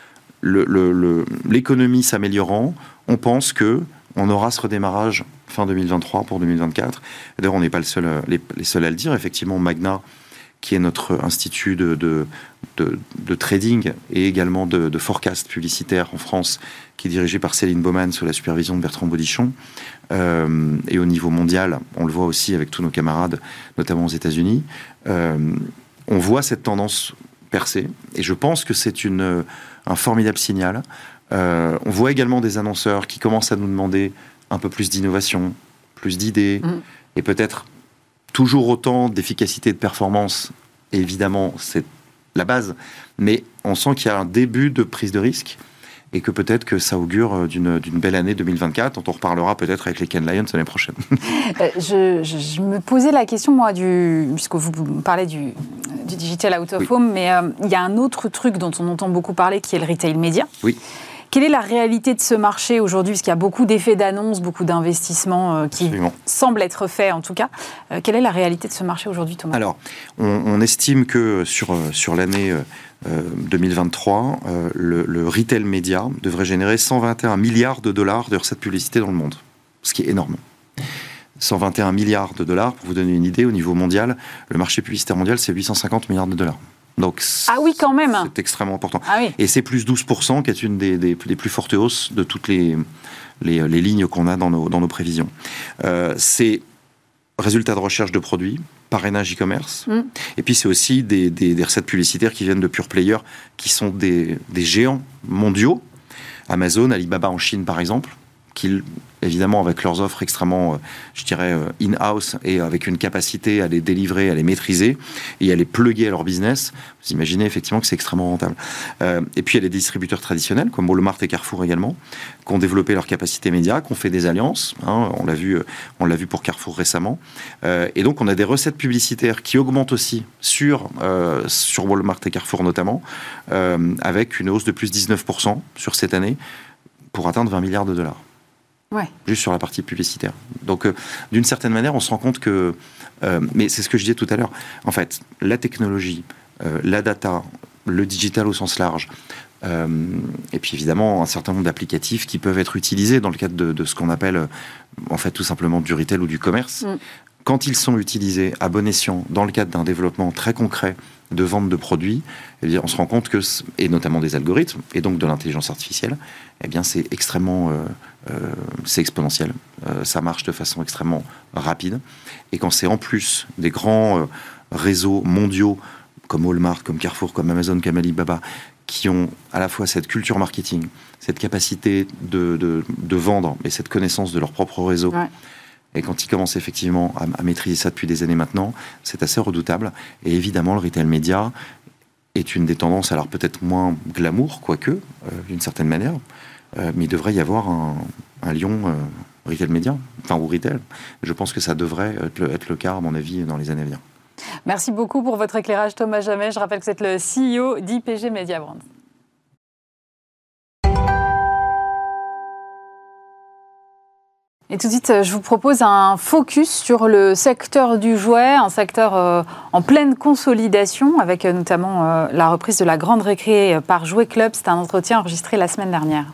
S3: l'économie s'améliorant, on pense que on aura ce redémarrage fin 2023 pour 2024. D'ailleurs, on n'est pas les seuls à le dire. Effectivement, Magna, qui est notre institut de trading et également de forecast publicitaire en France, qui est dirigé par Céline Baumann sous la supervision de Bertrand Bodichon. Et au niveau mondial, on le voit aussi avec tous nos camarades, notamment aux États-Unis. On voit cette tendance percer, et je pense que c'est un formidable signal. On voit également des annonceurs qui commencent à nous demander un peu plus d'innovation, plus d'idées, et peut-être toujours autant d'efficacité et de performance. Et évidemment, c'est la base, mais on sent qu'il y a un début de prise de risque, et que peut-être que ça augure d'une belle année 2024, dont on reparlera peut-être avec les Cannes Lions l'année prochaine.
S1: Je me posais la question, moi, puisque vous parlez du digital out of home, mais il y a un autre truc dont on entend beaucoup parler, qui est le retail média.
S3: Oui.
S1: Quelle est la réalité de ce marché aujourd'hui? Parce qu'il y a beaucoup d'effets d'annonce, beaucoup d'investissements qui semblent être faits, en tout cas. Quelle est la réalité de ce marché aujourd'hui, Thomas?
S3: Alors, on estime que sur l'année 2023, le retail média devrait générer 121 milliards de dollars de recettes publicité dans le monde, ce qui est énorme. 121 milliards de dollars, pour vous donner une idée, au niveau mondial, le marché publicitaire mondial, c'est 850 milliards de dollars. Donc,
S1: oui, quand même.
S3: C'est extrêmement important.
S1: Ah oui.
S3: Et c'est plus 12%, qui est une des plus fortes hausses de toutes les lignes qu'on a dans nos prévisions. C'est résultat de recherche de produits, parrainage e-commerce, et puis c'est aussi des recettes publicitaires qui viennent de pure players, qui sont des géants mondiaux, Amazon, Alibaba en Chine par exemple, qui évidemment avec leurs offres extrêmement, je dirais, in-house, et avec une capacité à les délivrer, à les maîtriser, et à les plugger à leur business, vous imaginez effectivement que c'est extrêmement rentable. Et puis il y a les distributeurs traditionnels, comme Walmart et Carrefour également, qui ont développé leur capacité média, qui ont fait des alliances, on l'a vu pour Carrefour récemment, et donc on a des recettes publicitaires qui augmentent aussi sur Walmart et Carrefour notamment, avec une hausse de plus 19% sur cette année, pour atteindre 20 milliards de dollars.
S1: Ouais.
S3: Juste sur la partie publicitaire. Donc, d'une certaine manière, on se rend compte que... mais c'est ce que je disais tout à l'heure. En fait, la technologie, la data, le digital au sens large, et puis évidemment un certain nombre d'applicatifs qui peuvent être utilisés dans le cadre de ce qu'on appelle, en fait, tout simplement du retail ou du commerce. Quand ils sont utilisés à bon escient, dans le cadre d'un développement très concret de vente de produits, eh bien, on se rend compte que, et notamment des algorithmes, et donc de l'intelligence artificielle, eh bien, c'est extrêmement... c'est exponentiel. Ça marche de façon extrêmement rapide. Et quand c'est en plus des grands réseaux mondiaux comme Walmart, comme Carrefour, comme Amazon, comme Alibaba, qui ont à la fois cette culture marketing, cette capacité de vendre et cette connaissance de leur propre réseau. Ouais. Et quand ils commencent effectivement à maîtriser ça depuis des années maintenant, c'est assez redoutable. Et évidemment, le retail média est une des tendances, alors peut-être moins glamour, quoique, d'une certaine manière, mais il devrait y avoir un lion retail média, ou retail. Je pense que ça devrait être le cas, à mon avis, dans les années à venir.
S1: Merci beaucoup pour votre éclairage, Thomas Jamet. Je rappelle que vous êtes le CEO d'IPG Media Brands. Et tout de suite, je vous propose un focus sur le secteur du jouet, un secteur en pleine consolidation, avec notamment la reprise de la grande récré par Jouet Club. C'est un entretien enregistré la semaine dernière.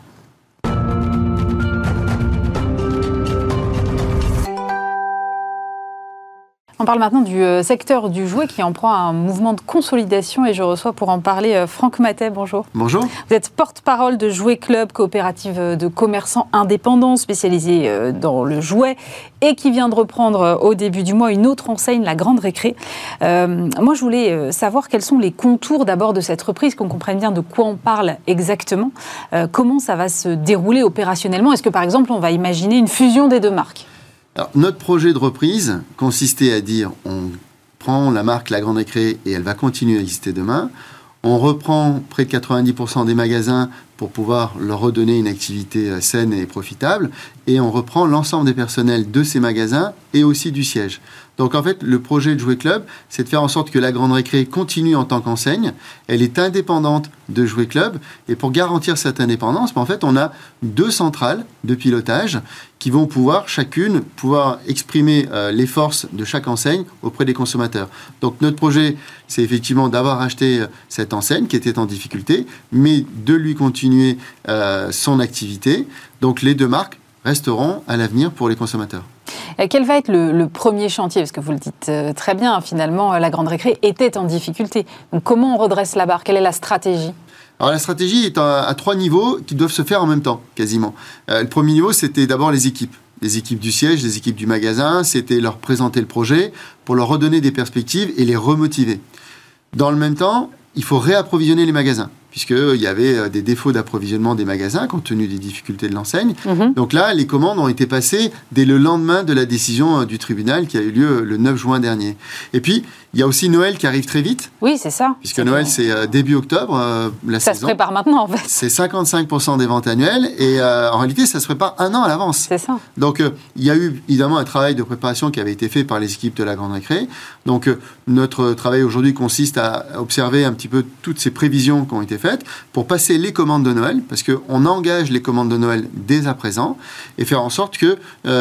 S1: On parle maintenant du secteur du jouet qui en prend un mouvement de consolidation et je reçois pour en parler Franck Matet. Bonjour.
S4: Bonjour.
S1: Vous êtes porte-parole de Jouet Club, coopérative de commerçants indépendants spécialisée dans le jouet et qui vient de reprendre au début du mois une autre enseigne, la Grande Récré. Moi, je voulais savoir quels sont les contours d'abord de cette reprise, qu'on comprenne bien de quoi on parle exactement. Comment ça va se dérouler opérationnellement? Est-ce que, par exemple, on va imaginer une fusion des deux marques?
S4: Alors, notre projet de reprise consistait à dire on prend la marque La Grande Récré et elle va continuer à exister demain. On reprend près de 90% des magasins pour pouvoir leur redonner une activité saine et profitable. Et on reprend l'ensemble des personnels de ces magasins et aussi du siège. Donc en fait, le projet de Jouet Club, c'est de faire en sorte que la Grande Récré continue en tant qu'enseigne. Elle est indépendante de Jouet Club. Et pour garantir cette indépendance, en fait, on a 2 centrales de pilotage qui vont chacune pouvoir exprimer les forces de chaque enseigne auprès des consommateurs. Donc notre projet, c'est effectivement d'avoir acheté cette enseigne qui était en difficulté, mais de lui continuer son activité. Donc les 2 marques resteront à l'avenir pour les consommateurs.
S1: Quel va être le premier chantier? Parce que vous le dites très bien, finalement, la Grande Récré était en difficulté. Donc comment on redresse la barre? Quelle est la stratégie?
S4: Alors la stratégie est à 3 niveaux qui doivent se faire en même temps, quasiment. Le premier niveau, c'était d'abord les équipes. Les équipes du siège, les équipes du magasin, c'était leur présenter le projet pour leur redonner des perspectives et les remotiver. Dans le même temps, il faut réapprovisionner les magasins, puisqu'il y avait des défauts d'approvisionnement des magasins compte tenu des difficultés de l'enseigne. Donc là, les commandes ont été passées dès le lendemain de la décision du tribunal qui a eu lieu le 9 juin dernier. Et puis, il y a aussi Noël qui arrive très vite.
S1: Oui, c'est ça.
S4: Puisque Noël, c'est début octobre, la saison.
S1: Ça se prépare maintenant, en fait.
S4: C'est 55% des ventes annuelles et en réalité, ça se prépare 1 an à l'avance.
S1: C'est ça.
S4: Donc, il y a eu évidemment un travail de préparation qui avait été fait par les équipes de la Grande Récré. Donc, notre travail aujourd'hui consiste à observer un petit peu toutes ces prévisions qui ont été faites pour passer les commandes de Noël, parce qu'on engage les commandes de Noël dès à présent et faire en sorte que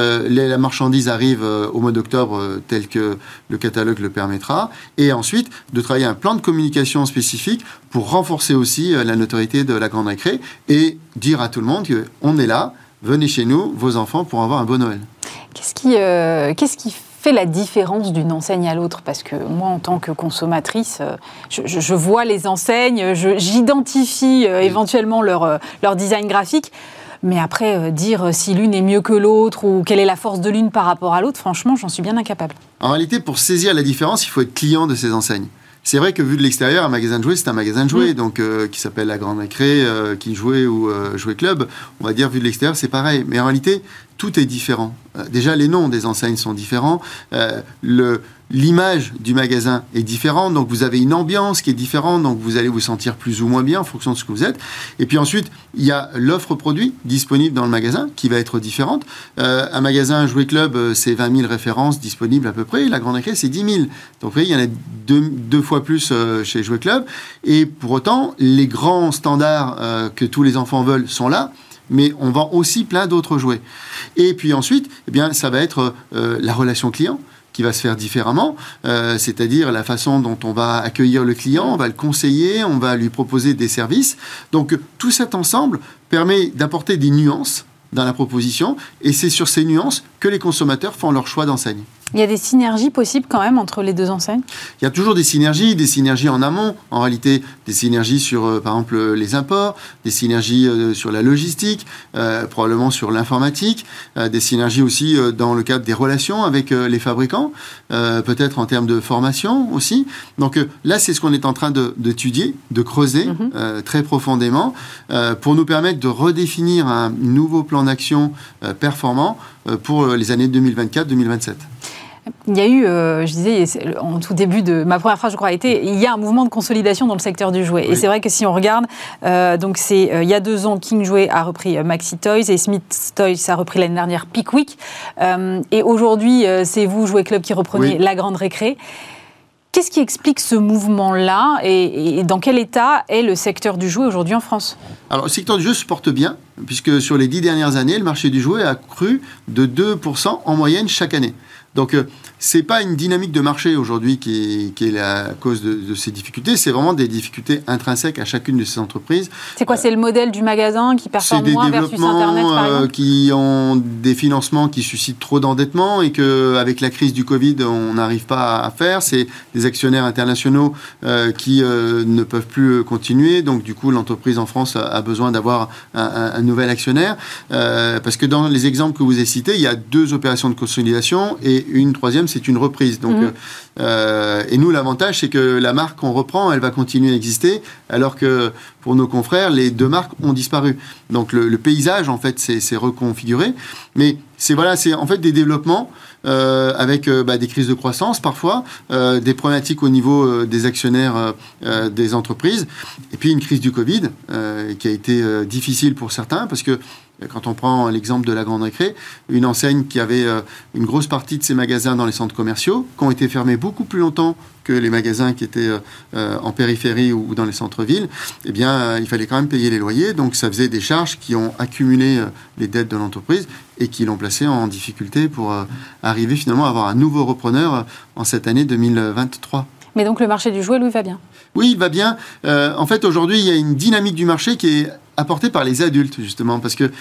S4: la marchandise arrive au mois d'octobre tel que le catalogue le permettra. Et ensuite, de travailler un plan de communication spécifique pour renforcer aussi la notoriété de la Grande Récré et dire à tout le monde qu'on est là, venez chez nous, vos enfants, pour avoir un beau Noël.
S1: Qu'est-ce qui fait la différence d'une enseigne à l'autre? Parce que moi, en tant que consommatrice, je vois les enseignes, j'identifie éventuellement leur design graphique. Mais après, dire si l'une est mieux que l'autre ou quelle est la force de l'une par rapport à l'autre, franchement, j'en suis bien incapable.
S4: En réalité, pour saisir la différence, il faut être client de ces enseignes. C'est vrai que vu de l'extérieur, un magasin de jouets, c'est un magasin de jouets, donc qui s'appelle La Grande Récré, qui jouait ou Jouet Club. On va dire, vu de l'extérieur, c'est pareil. Mais en réalité, tout est différent. Déjà, les noms des enseignes sont différents. L'image du magasin est différente, donc vous avez une ambiance qui est différente, donc vous allez vous sentir plus ou moins bien en fonction de ce que vous êtes. Et puis ensuite, il y a l'offre produit disponible dans le magasin qui va être différente. Un magasin Jouet Club, c'est 20 000 références disponibles à peu près. La Grande Récré, c'est 10 000. Donc vous voyez, il y en a deux fois plus chez Jouet Club. Et pour autant, les grands standards que tous les enfants veulent sont là. Mais on vend aussi plein d'autres jouets. Et puis ensuite, eh bien, ça va être la relation client qui va se faire différemment, c'est-à-dire la façon dont on va accueillir le client, on va le conseiller, on va lui proposer des services. Donc tout cet ensemble permet d'apporter des nuances dans la proposition, et c'est sur ces nuances que les consommateurs font leur choix d'enseigne.
S1: Il y a des synergies possibles quand même entre les deux enseignes?
S4: Il y a toujours des synergies en amont, en réalité, des synergies sur, par exemple, les imports, des synergies sur la logistique, probablement sur l'informatique, des synergies aussi dans le cadre des relations avec les fabricants, peut-être en termes de formation aussi. Donc là, c'est ce qu'on est en train d'étudier, de creuser très profondément pour nous permettre de redéfinir un nouveau plan d'action performant pour les années 2024-2027.
S1: Il y a eu, je disais, en tout début de ma première phrase, je crois, il y a un mouvement de consolidation dans le secteur du jouet. Oui. Et c'est vrai que si on regarde, il y a 2 ans, King Jouet a repris Maxi Toys et Smith Toys a repris l'année dernière Pickwick. Et aujourd'hui, c'est vous, Jouet Club, qui reprenez La Grande Récré. Qu'est-ce qui explique ce mouvement-là et dans quel état est le secteur du jouet aujourd'hui en France?
S4: Alors, le secteur du jouet se porte bien, puisque sur les 10 dernières années, le marché du jouet a cru de 2% en moyenne chaque année. Donc, ce n'est pas une dynamique de marché aujourd'hui qui est la cause de ces difficultés, c'est vraiment des difficultés intrinsèques à chacune de ces entreprises.
S1: C'est quoi? C'est le modèle du magasin qui performe moins versus Internet, par exemple?
S4: Qui ont des financements qui suscitent trop d'endettement et qu'avec la crise du Covid, on n'arrive pas à faire. C'est des actionnaires internationaux qui ne peuvent plus continuer. Donc, du coup, l'entreprise en France a besoin d'avoir un nouvel actionnaire. Parce que dans les exemples que vous avez cités, il y a 2 opérations de consolidation et une troisième, c'est une reprise. Donc, et nous, l'avantage, c'est que la marque qu'on reprend, elle va continuer à exister, alors que pour nos confrères, les 2 marques ont disparu. Donc, le paysage, en fait, s'est reconfiguré. Mais c'est en fait des développements avec des crises de croissance parfois, des problématiques au niveau des actionnaires des entreprises, et puis une crise du Covid qui a été difficile pour certains, parce que quand on prend l'exemple de La Grande Récré, une enseigne qui avait une grosse partie de ses magasins dans les centres commerciaux, qui ont été fermés beaucoup plus longtemps que les magasins qui étaient en périphérie ou dans les centres-villes, eh bien, il fallait quand même payer les loyers. Donc, ça faisait des charges qui ont accumulé les dettes de l'entreprise et qui l'ont placé en difficulté pour arriver finalement à avoir un nouveau repreneur en cette année 2023.
S1: Mais donc, le marché du jouet, lui, va bien?
S4: Oui, il va bien. En fait, aujourd'hui, il y a une dynamique du marché qui est apportée par les adultes, justement, parce que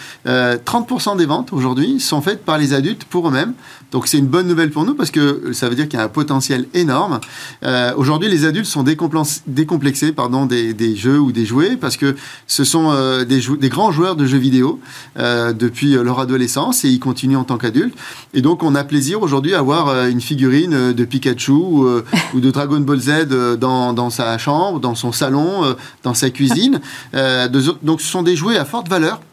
S4: 30% des ventes, aujourd'hui, sont faites par les adultes pour eux-mêmes. Donc, c'est une bonne nouvelle pour nous, parce que ça veut dire qu'il y a un potentiel énorme. Aujourd'hui, les adultes sont décomplexés des jeux ou des jouets, parce que ce sont des grands joueurs de jeux vidéo depuis leur adolescence, et ils continuent en tant qu'adultes. Et donc, on a plaisir aujourd'hui à avoir une figurine de Pikachu ou de Dragon Ball Z dans sa chambre, dans son salon, dans sa cuisine. Donc, ce sont des jouets à forte valeur.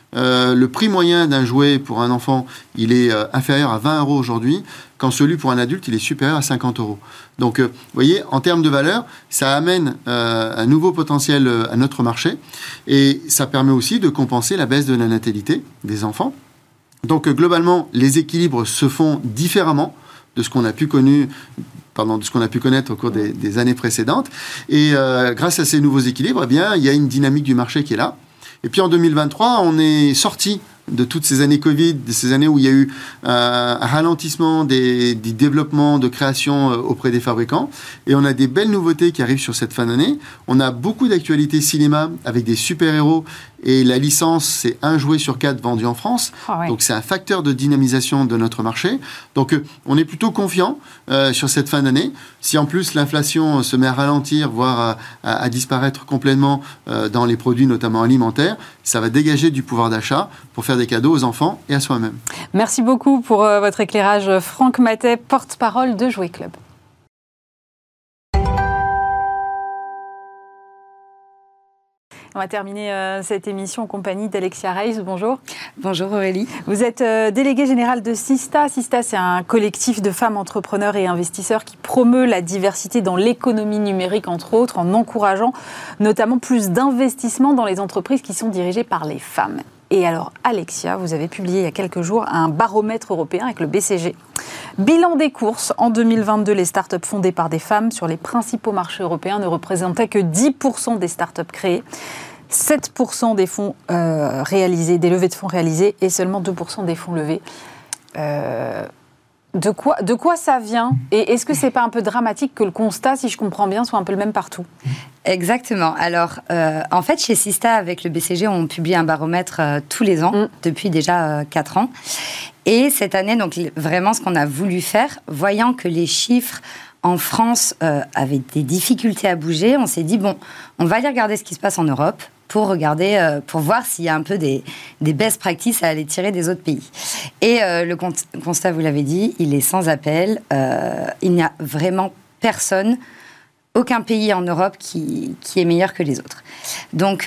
S4: Le prix moyen d'un jouet pour un enfant, il est inférieur à 20 € aujourd'hui, quand celui pour un adulte, il est supérieur à 50 €. Donc, vous voyez, en termes de valeur, ça amène un nouveau potentiel à notre marché, et ça permet aussi de compenser la baisse de la natalité des enfants. Donc, globalement, les équilibres se font différemment de ce qu'on a pu connaître au cours des années précédentes. Et grâce à ces nouveaux équilibres, eh bien, il y a une dynamique du marché qui est là. Et puis en 2023, on est sorti de toutes ces années Covid, de ces années où il y a eu un ralentissement des développements de création auprès des fabricants. Et on a des belles nouveautés qui arrivent sur cette fin d'année. On a beaucoup d'actualités cinéma avec des super-héros. Et la licence, c'est 1 jouet sur 4 vendu en France. Ah ouais. Donc, c'est un facteur de dynamisation de notre marché. Donc, on est plutôt confiant sur cette fin d'année. Si en plus, l'inflation se met à ralentir, voire à disparaître complètement dans les produits, notamment alimentaires, ça va dégager du pouvoir d'achat pour faire des cadeaux aux enfants et à soi-même.
S1: Merci beaucoup pour votre éclairage. Franck Mathey, porte-parole de Jouet Club. On va terminer cette émission en compagnie d'Alexia Reis. Bonjour.
S5: Bonjour Aurélie.
S1: Vous êtes déléguée générale de Sista. Sista, c'est un collectif de femmes entrepreneurs et investisseurs qui promeut la diversité dans l'économie numérique, entre autres, en encourageant notamment plus d'investissements dans les entreprises qui sont dirigées par les femmes. Et alors, Alexia, vous avez publié il y a quelques jours un baromètre européen avec le BCG. Bilan des courses. En 2022, les startups fondées par des femmes sur les principaux marchés européens ne représentaient que 10% des startups créées, 7% des fonds réalisés, des levées de fonds réalisées et seulement 2% des fonds levés. De quoi ça vient? Et est-ce que c'est pas un peu dramatique que le constat, si je comprends bien, soit un peu le même partout?
S5: Exactement. Alors, en fait, chez Sista, avec le BCG, on publie un baromètre tous les ans, depuis déjà 4 ans. Et cette année, donc vraiment, ce qu'on a voulu faire, voyant que les chiffres en France avaient des difficultés à bouger, on s'est dit, bon, on va aller regarder ce qui se passe en Europe pour regarder, pour voir s'il y a un peu des best practices à aller tirer des autres pays. Et le constat, vous l'avez dit, il est sans appel. Il n'y a vraiment personne, aucun pays en Europe qui est meilleur que les autres. Donc,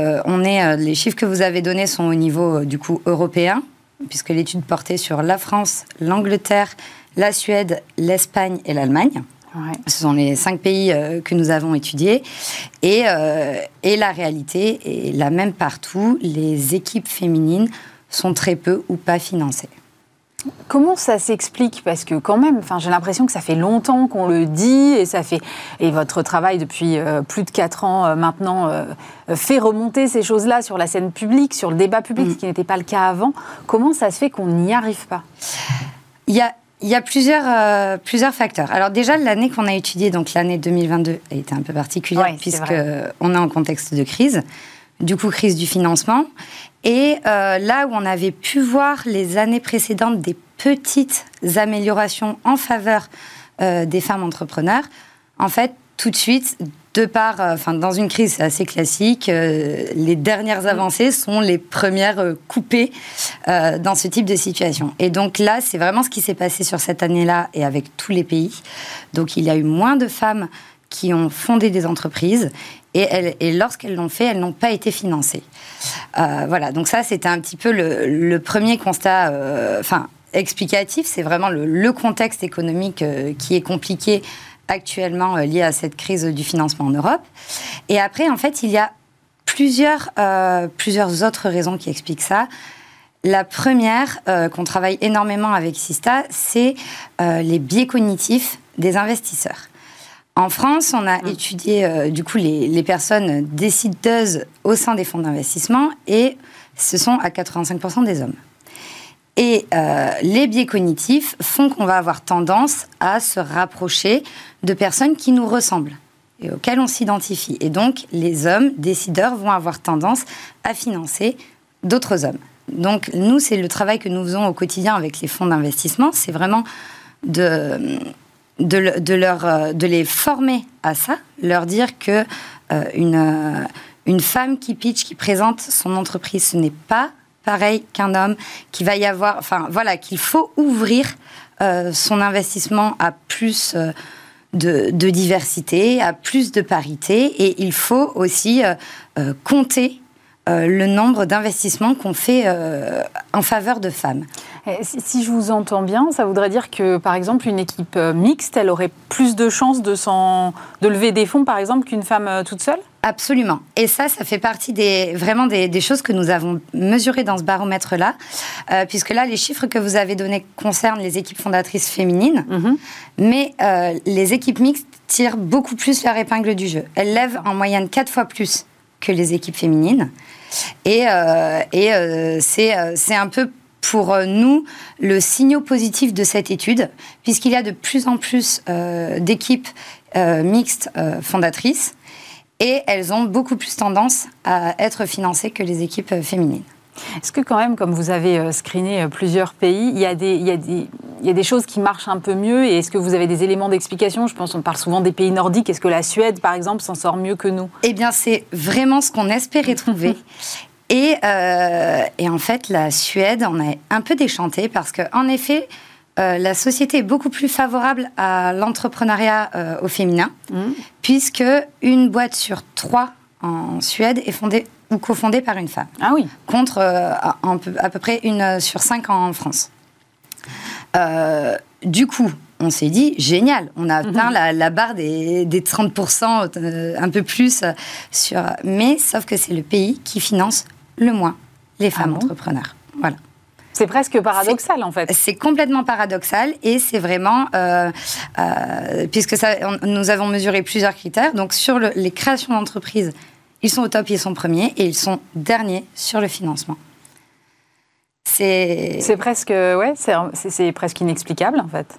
S5: les chiffres que vous avez donnés sont au niveau du coup européen, puisque l'étude portait sur la France, l'Angleterre, la Suède, l'Espagne et l'Allemagne. Ouais. Ce sont les 5 pays que nous avons étudiés. Et la réalité est la même partout. Les équipes féminines sont très peu ou pas financées.
S1: Comment ça s'explique? Parce que quand même, j'ai l'impression que ça fait longtemps qu'on le dit et votre travail depuis plus de 4 ans maintenant fait remonter ces choses-là sur la scène publique, sur le débat public, ce qui n'était pas le cas avant. Comment ça se fait qu'on n'y arrive pas?
S5: Il y a plusieurs facteurs. Alors déjà, l'année qu'on a étudiée, donc l'année 2022, a été un peu particulière puisqu'on est en contexte de crise. Du coup, crise du financement. Et là où on avait pu voir les années précédentes des petites améliorations en faveur des femmes entrepreneurs, en fait, tout de suite, dans une crise assez classique, les dernières avancées sont les premières coupées dans ce type de situation. Et donc là, c'est vraiment ce qui s'est passé sur cette année-là et avec tous les pays. Donc il y a eu moins de femmes qui ont fondé des entreprises et lorsqu'elles l'ont fait, elles n'ont pas été financées. Voilà, donc ça, c'était un petit peu le premier constat explicatif. C'est vraiment le contexte économique qui est compliqué actuellement lié à cette crise du financement en Europe. Et après, en fait, il y a plusieurs autres raisons qui expliquent ça. La première, qu'on travaille énormément avec Sista, c'est les biais cognitifs des investisseurs. En France, on a étudié du coup les personnes décideuses au sein des fonds d'investissement et ce sont à 85% des hommes. Et les biais cognitifs font qu'on va avoir tendance à se rapprocher de personnes qui nous ressemblent et auxquelles on s'identifie. Et donc, les hommes décideurs vont avoir tendance à financer d'autres hommes. Donc, nous, c'est le travail que nous faisons au quotidien avec les fonds d'investissement, c'est vraiment de les former à ça, leur dire que une femme qui pitch, qui présente son entreprise, ce n'est pas pareil qu'un homme, qu'il va y avoir, qu'il faut ouvrir son investissement à plus de diversité, à plus de parité, et il faut aussi compter le nombre d'investissements qu'on fait en faveur de femmes.
S1: Si je vous entends bien, ça voudrait dire que, par exemple, une équipe mixte, elle aurait plus de chances de lever des fonds, par exemple, qu'une femme toute seule?
S5: Absolument. Et ça fait partie des choses que nous avons mesurées dans ce baromètre-là, puisque là, les chiffres que vous avez donnés concernent les équipes fondatrices féminines, mais les équipes mixtes tirent beaucoup plus leur épingle du jeu. Elles lèvent en moyenne 4 fois plus que les équipes féminines. Et c'est un peu pour nous le signal positif de cette étude, puisqu'il y a de plus en plus d'équipes mixtes fondatrices, et elles ont beaucoup plus tendance à être financées que les équipes féminines.
S1: Est-ce que quand même, comme vous avez screené plusieurs pays, il y a des choses qui marchent un peu mieux, et est-ce que vous avez des éléments d'explication? Je pense, on parle souvent des pays nordiques. Est-ce que la Suède, par exemple, s'en sort mieux que nous?
S5: Eh bien, c'est vraiment ce qu'on espérait trouver. Et en fait, la Suède, on a un peu déchanté parce qu'en effet, la société est beaucoup plus favorable à l'entrepreneuriat au féminin, puisque une boîte sur 3 en Suède est fondée ou cofondée par une femme.
S1: Ah oui.
S5: Contre à peu près 1 sur 5 en France. Du coup, on s'est dit, génial, on a atteint la barre des 30%, un peu plus. Mais sauf que c'est le pays qui finance le moins les femmes entrepreneurs. Voilà.
S1: C'est presque paradoxal, en fait.
S5: C'est complètement paradoxal, et c'est vraiment... puisque nous avons mesuré plusieurs critères. Donc, sur les créations d'entreprises, ils sont au top, ils sont premiers, et ils sont derniers sur le financement.
S1: C'est presque, c'est presque inexplicable en fait.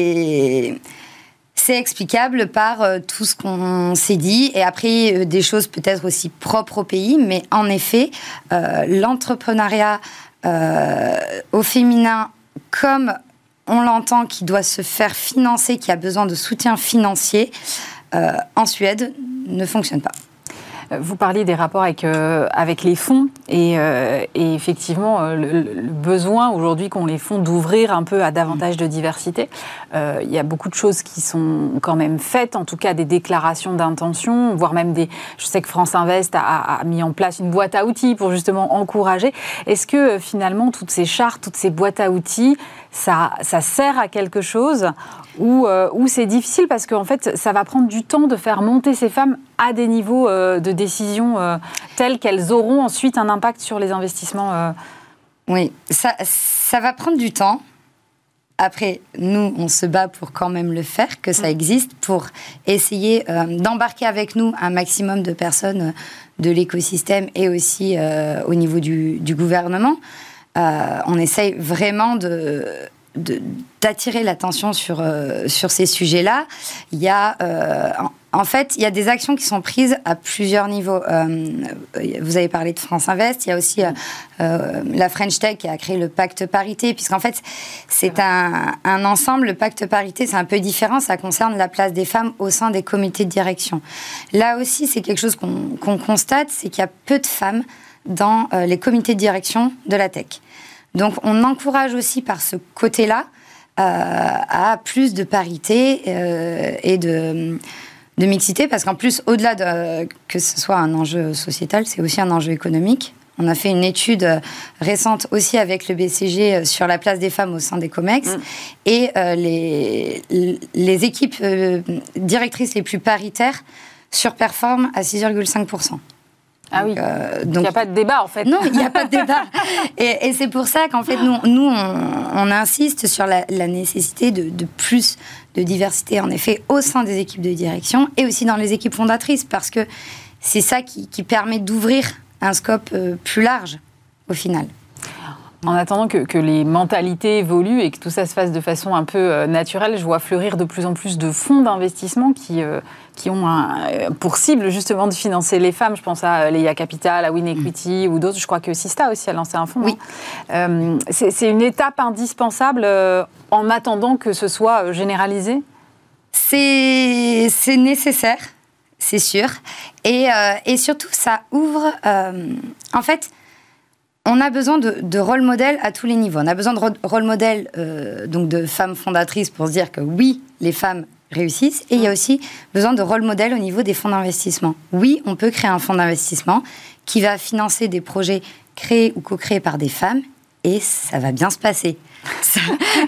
S5: C'est explicable par tout ce qu'on s'est dit et après des choses peut-être aussi propres au pays, mais en effet, l'entrepreneuriat au féminin, comme on l'entend, qui doit se faire financer, qui a besoin de soutien financier, en Suède, ne fonctionne pas.
S1: Vous parliez des rapports avec les fonds et effectivement le besoin aujourd'hui qu'ont les fonds d'ouvrir un peu à davantage de diversité. Il y a beaucoup de choses qui sont quand même faites, en tout cas des déclarations d'intention, voire même je sais que France Invest a mis en place une boîte à outils pour justement encourager. Est-ce que finalement toutes ces chartes, toutes ces boîtes à outils, ça sert à quelque chose ou c'est difficile parce qu'en fait ça va prendre du temps de faire monter ces femmes à des niveaux de décision tels qu'elles auront ensuite un impact sur les investissements
S5: Oui, ça va prendre du temps. Après, nous, on se bat pour quand même le faire, que ça existe, pour essayer d'embarquer avec nous un maximum de personnes de l'écosystème et aussi au niveau du gouvernement. On essaye vraiment d'attirer l'attention sur ces sujets-là. Il y a, en fait, il y a des actions qui sont prises à plusieurs niveaux. Vous avez parlé de France Invest. Il y a aussi la French Tech qui a créé le pacte parité, puisqu'en fait, c'est un ensemble. Le pacte parité, c'est un peu différent. Ça concerne la place des femmes au sein des comités de direction. Là aussi, c'est quelque chose qu'on constate, c'est qu'il y a peu de femmes dans les comités de direction de la tech. Donc, on encourage aussi par ce côté-là à plus de parité et de mixité, parce qu'en plus, au-delà que ce soit un enjeu sociétal, c'est aussi un enjeu économique. On a fait une étude récente aussi avec le BCG sur la place des femmes au sein des COMEX. Et les équipes directrices les plus paritaires surperforment à 6,5%.
S1: Ah oui, donc il n'y a pas de débat en fait.
S5: Non, il n'y a pas de débat. Et c'est pour ça qu'en fait, nous on insiste sur la nécessité de plus de diversité, en effet, au sein des équipes de direction et aussi dans les équipes fondatrices, parce que c'est ça qui permet d'ouvrir un scope plus large, au final.
S1: En attendant que les mentalités évoluent et que tout ça se fasse de façon un peu naturelle, je vois fleurir de plus en plus de fonds d'investissement qui ont pour cible justement de financer les femmes. Je pense à Leia Capital, à Win Equity ou d'autres. Je crois que Sista aussi a lancé un fonds.
S5: Oui.
S1: C'est une étape indispensable en attendant que ce soit généralisé.
S5: C'est nécessaire, c'est sûr. Et surtout, ça ouvre... en fait... On a besoin de rôle modèle à tous les niveaux. On a besoin de rôle modèle donc de femmes fondatrices pour se dire que oui, les femmes réussissent. Et il y a aussi besoin de rôle modèle au niveau des fonds d'investissement. Oui, on peut créer un fonds d'investissement qui va financer des projets créés ou co-créés par des femmes et ça va bien se passer. Ça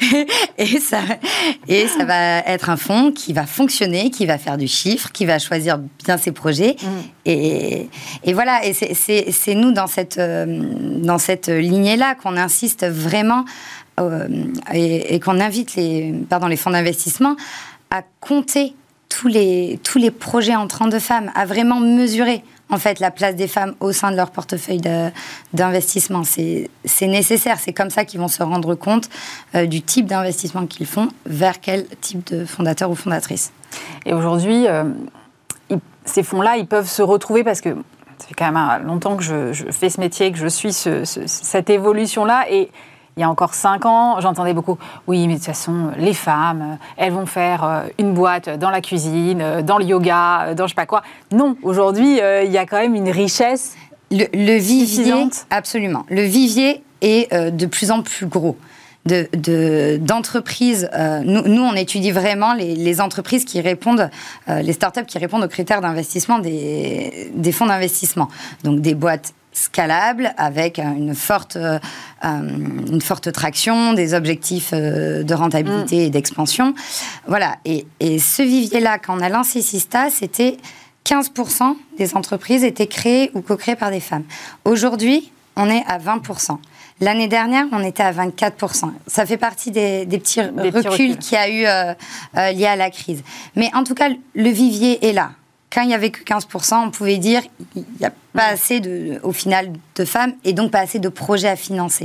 S5: va être un fonds qui va fonctionner, qui va faire du chiffre, qui va choisir bien ses projets. Et voilà, et c'est nous dans cette lignée-là qu'on insiste vraiment et qu'on invite les fonds d'investissement à compter tous les projets entrants de femmes, à vraiment mesurer en fait la place des femmes au sein de leur portefeuille d'investissement. C'est nécessaire, c'est comme ça qu'ils vont se rendre compte du type d'investissement qu'ils font, vers quel type de fondateur ou fondatrice.
S1: Et aujourd'hui, ces fonds-là, ils peuvent se retrouver parce que ça fait quand même longtemps que je fais ce métier, que je suis cette évolution-là et il y a encore 5 ans, j'entendais beaucoup « Oui, mais de toute façon, les femmes, elles vont faire une boîte dans la cuisine, dans le yoga, dans je sais pas quoi. » Non, aujourd'hui, il y a quand même une richesse
S5: le vivier, absolument. Le vivier est de plus en plus gros. D'entreprises. Nous, on étudie vraiment les entreprises qui répondent, les startups qui répondent aux critères d'investissement des fonds d'investissement. Donc, des boîtes scalable, avec une forte traction, des objectifs de rentabilité et d'expansion. Voilà. Et ce vivier-là, quand on a lancé Sista, c'était 15% des entreprises étaient créées ou co-créées par des femmes. Aujourd'hui, on est à 20%. L'année dernière, on était à 24%. Ça fait partie des petits reculs qu'il y a eu liés à la crise. Mais en tout cas, le vivier est là. Quand il n'y avait que 15%, on pouvait dire qu'il n'y a pas assez, au final, de femmes et donc pas assez de projets à financer.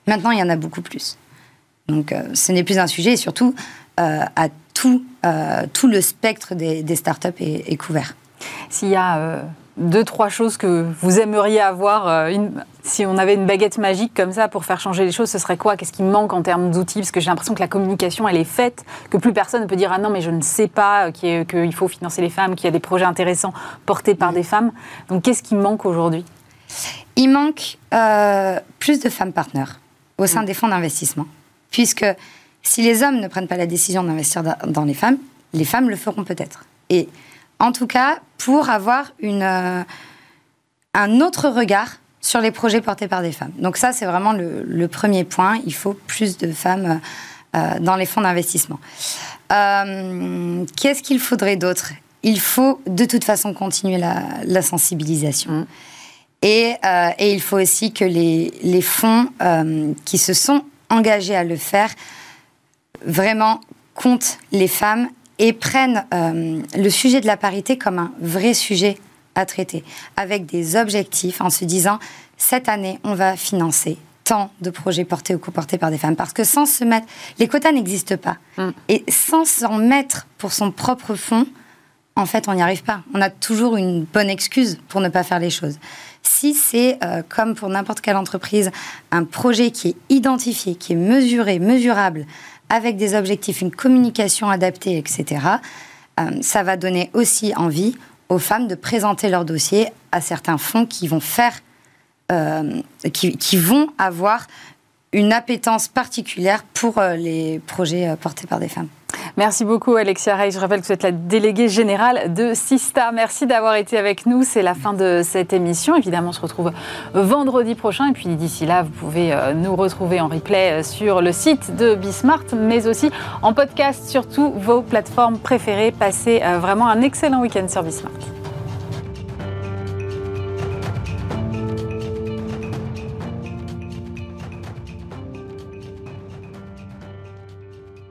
S5: Maintenant, il y en a beaucoup plus. Donc, ce n'est plus un sujet, et surtout, à tout le spectre des startups est couvert.
S1: S'il y a 2-3 choses que vous aimeriez avoir, si on avait une baguette magique comme ça pour faire changer les choses, ce serait quoi? Qu'est-ce qui manque en termes d'outils? Parce que j'ai l'impression que la communication, elle est faite, que plus personne ne peut dire « Ah non, mais je ne sais pas qu'il faut financer les femmes, qu'il y a des projets intéressants portés par des femmes. » Donc, qu'est-ce qui manque aujourd'hui?
S5: Il manque plus de femmes partenaires au sein des fonds d'investissement. Puisque si les hommes ne prennent pas la décision d'investir dans les femmes le feront peut-être. Et en tout cas, pour avoir un autre regard sur les projets portés par des femmes. Donc ça, c'est vraiment le premier point. Il faut plus de femmes dans les fonds d'investissement. Qu'est-ce qu'il faudrait d'autre? Il faut de toute façon continuer la sensibilisation. Et il faut aussi que les fonds qui se sont engagés à le faire vraiment comptent les femmes et prennent le sujet de la parité comme un vrai sujet à traiter, avec des objectifs en se disant « cette année, on va financer tant de projets portés ou coportés par des femmes ». Parce que sans se mettre... Les quotas n'existent pas. Et sans s'en mettre pour son propre fonds, en fait, on n'y arrive pas. On a toujours une bonne excuse pour ne pas faire les choses. Si c'est, comme pour n'importe quelle entreprise, un projet qui est identifié, qui est mesuré, mesurable, avec des objectifs, une communication adaptée, etc., ça va donner aussi envie aux femmes de présenter leur dossier à certains fonds qui vont qui vont avoir une appétence particulière pour les projets portés par des femmes.
S1: Merci beaucoup Alexia Rey. Je rappelle que vous êtes la déléguée générale de Sista. Merci d'avoir été avec nous. C'est la fin de cette émission. Évidemment, on se retrouve vendredi prochain. Et puis d'ici là, vous pouvez nous retrouver en replay sur le site de Bismart, mais aussi en podcast sur toutes vos plateformes préférées. Passez vraiment un excellent week-end sur Bismart.